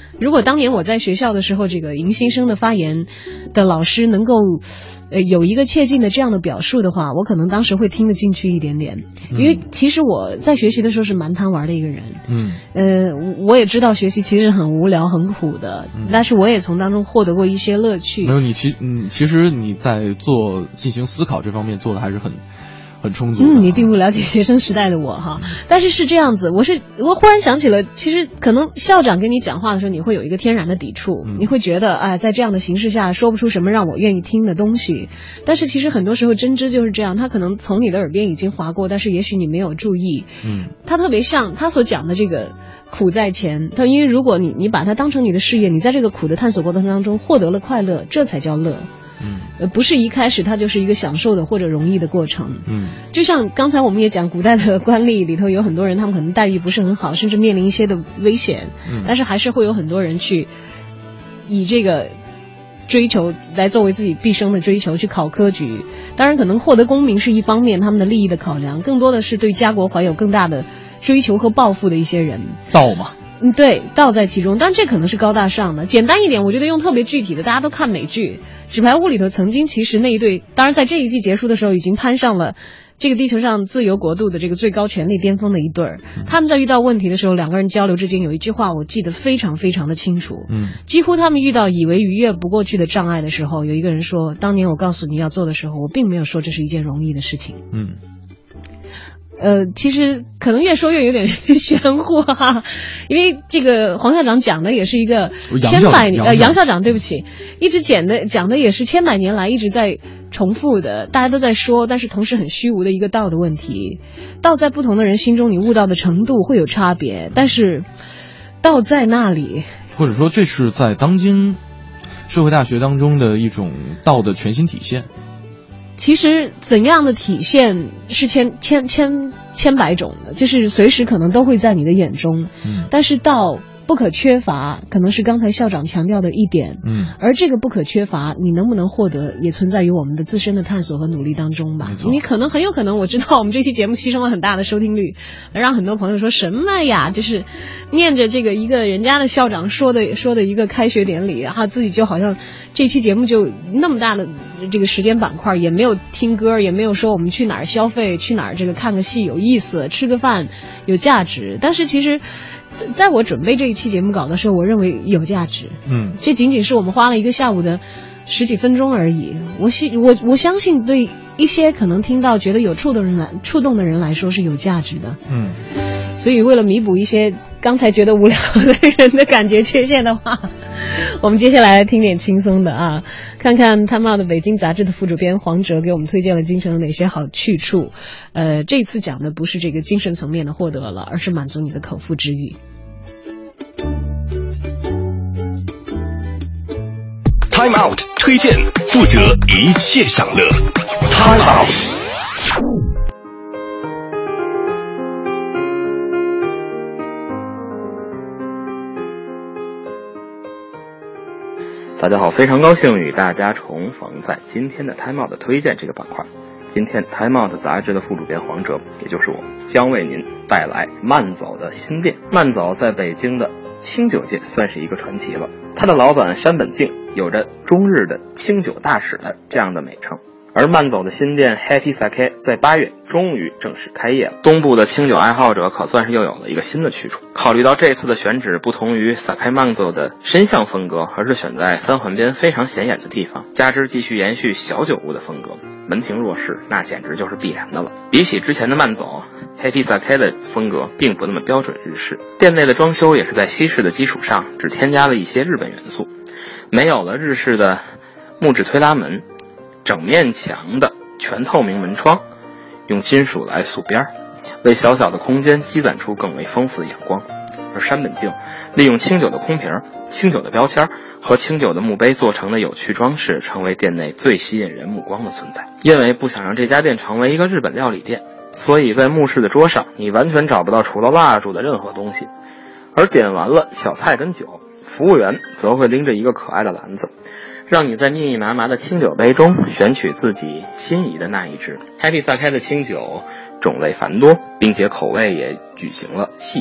如果当年我在学校的时候，这个迎新生的发言的老师能够有一个切近的这样的表述的话，我可能当时会听得进去一点点。因为其实我在学习的时候是蛮贪玩的一个人，我也知道学习其实很无聊很苦的，但是我也从当中获得过一些乐趣。 没有其实你在进行思考这方面做的还是很充足的。 你并不了解学生时代的我哈，但是这样子，我忽然想起了，其实可能校长跟你讲话的时候，你会有一个天然的抵触，你会觉得在这样的形式下说不出什么让我愿意听的东西。但是其实很多时候真知就是这样，他可能从你的耳边已经划过，但是也许你没有注意。他特别像他所讲的这个苦在前，因为如果你把它当成你的事业，你在这个苦的探索过程当中获得了快乐，这才叫乐。不是一开始它就是一个享受的或者容易的过程。就像刚才我们也讲，古代的官吏里头有很多人，他们可能待遇不是很好，甚至面临一些的危险，但是还是会有很多人去以这个追求来作为自己毕生的追求，去考科举。当然可能获得功名是一方面，他们的利益的考量更多的是对家国怀有更大的追求和抱负的一些人。 道嘛， 对，道在其中，但这可能是高大上的。简单一点，我觉得用特别具体的，大家都看美剧《纸牌屋》里头，曾经其实那一对，当然在这一季结束的时候已经攀上了这个地球上自由国度的这个最高权力巅峰的一对儿。他们在遇到问题的时候，两个人交流之间有一句话我记得非常非常的清楚。几乎他们遇到以为逾越不过去的障碍的时候，有一个人说，当年我告诉你要做的时候，我并没有说这是一件容易的事情。其实可能越说越有点玄乎哈，因为这个黄校长讲的也是一个杨校长对不起，一直讲的也是千百年来一直在重复的，大家都在说，但是同时很虚无的一个道的问题。道在不同的人心中你悟到的程度会有差别，但是道在那里， 或者说这是在当今社会大学当中的一种道的全新体现。 其实怎样的体现是千百种的，就是随时可能都会在你的眼中。但是道不可缺乏，可能是刚才校长强调的一点。而这个不可缺乏，你能不能获得，也存在于我们的自身的探索和努力当中吧。你很有可能，我知道我们这期节目牺牲了很大的收听率，让很多朋友说什么呀，就是念着这个一个人家的校长说的一个开学典礼，自己就好像这期节目就那么大的这个时间板块，也没有听歌，也没有说我们去哪儿消费，去哪儿这个看个戏有意思，吃个饭有价值。但是其实在我准备这一期节目稿的时候，我认为有价值。这仅仅是我们花了一个下午的十几分钟而已。我相信对一些可能听到觉得有触动的人来说是有价值的。所以为了弥补一些刚才觉得无聊的人的感觉缺陷的话，我们接下来听点轻松的啊，看看他们的北京杂志的副主编黄哲给我们推荐了京城的哪些好去处。这次讲的不是这个精神层面的获得了，而是满足你的口腹之欲。 Time Out 推荐，负责一切享乐。Time Out。 大家好，非常高兴与大家重逢在今天的 Time Out 的推荐这个板块。今天 Time Out 杂志的副主编黄哲，也就是我，将为您带来慢走的新店。慢走在北京的清酒界算是一个传奇了，他的老板山本敬有着中日的清酒大使的这样的美称。而慢走的新店 Happy Sake 在8月终于正式开业了，东部的清酒爱好者可算是又有了一个新的去处。考虑到这次的选址不同于 Sake 慢走的深巷风格，而是选在三环边非常显眼的地方，加之继续延续小酒屋的风格，门庭若市，那简直就是必然的了。比起之前的慢走， Happy Sake 的风格并不那么标准日式，店内的装修也是在西式的基础上只添加了一些日本元素，没有了日式的木质推拉门，整面墙的全透明门窗，用金属来塑边，为小小的空间积攒出更为丰富的阳光。而山本敬利用清酒的空瓶、清酒的标签和清酒的墓碑做成的有趣装饰，成为店内最吸引人目光的存在。因为不想让这家店成为一个日本料理店，所以在墓室的桌上你完全找不到除了蜡烛的任何东西，而点完了小菜跟酒，服务员则会拎着一个可爱的篮子，让你在密密麻麻的清酒杯中选取自己心仪的那一支。Happy Sake 的清酒种类繁多，并且口味也举行了细分。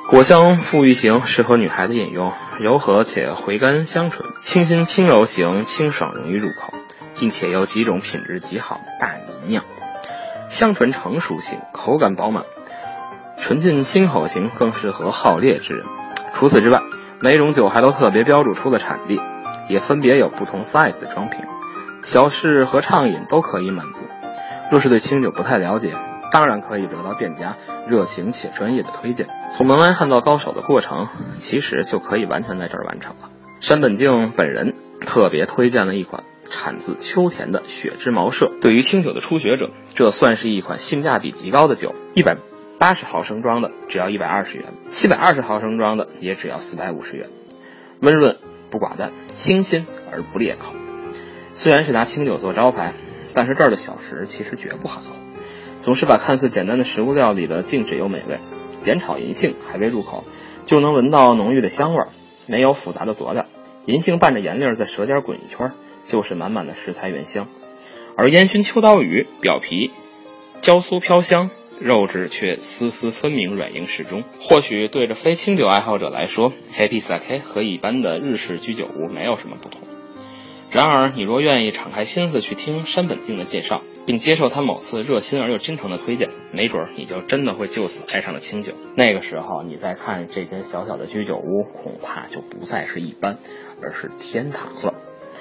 果香馥郁型，适合女孩子饮用，柔和且回甘香醇，清新轻柔型，清爽容易入口，并且有几种品质极好的大吟酿。香醇成熟型，口感饱满，纯净清口型，更适合好烈之人。除此之外，每种酒还都特别标注出了产地，也分别有不同 size 的装瓶，小试和畅饮都可以满足。若是对清酒不太了解，当然可以得到店家热情且专业的推荐。从门外汉到高手的过程，其实就可以完全在这儿完成了。山本敬本人特别推荐了一款产自秋田的雪之茅舍，对于清酒的初学者，这算是一款性价比极高的酒。180毫升装的只要120元，720毫升装的也只要450元。温润不寡淡，清新而不烈口。虽然是拿清酒做招牌，但是这儿的小食其实绝不含糊，总是把看似简单的食物料理得精致又美味，煸炒银杏还未入口就能闻到浓郁的香味，没有复杂的佐料，银杏伴着盐粒在舌尖滚一圈，就是满满的食材原香。而烟熏秋刀鱼表皮焦酥飘香，肉质却丝丝分明，软硬适中。或许对着非清酒爱好者来说， Happy Sake 和一般的日式居酒屋没有什么不同。然而你若愿意敞开心思去听山本敬的介绍，并接受他某次热心而又真诚的推荐，没准你就真的会就此爱上了清酒。那个时候你再看这间小小的居酒屋，恐怕就不再是一般，而是天堂了。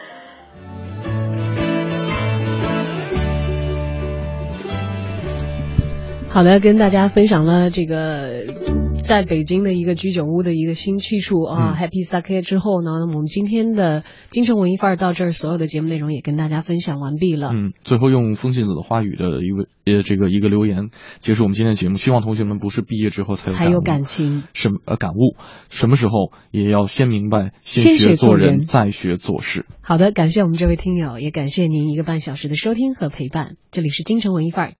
好的，跟大家分享了这个在北京的一个居酒屋的一个新去处啊，Happy Sake 之后呢，我们今天的京城文艺范儿到这儿，所有的节目内容也跟大家分享完毕了。 最后用风信子的花语的一个留言结束我们今天的节目，希望同学们不是毕业之后才有感情，感悟，什么时候也要先明白，先学做人，再学做事。 好的，感谢我们这位听友，也感谢您1个半小时的收听和陪伴。这里是京城文艺范儿。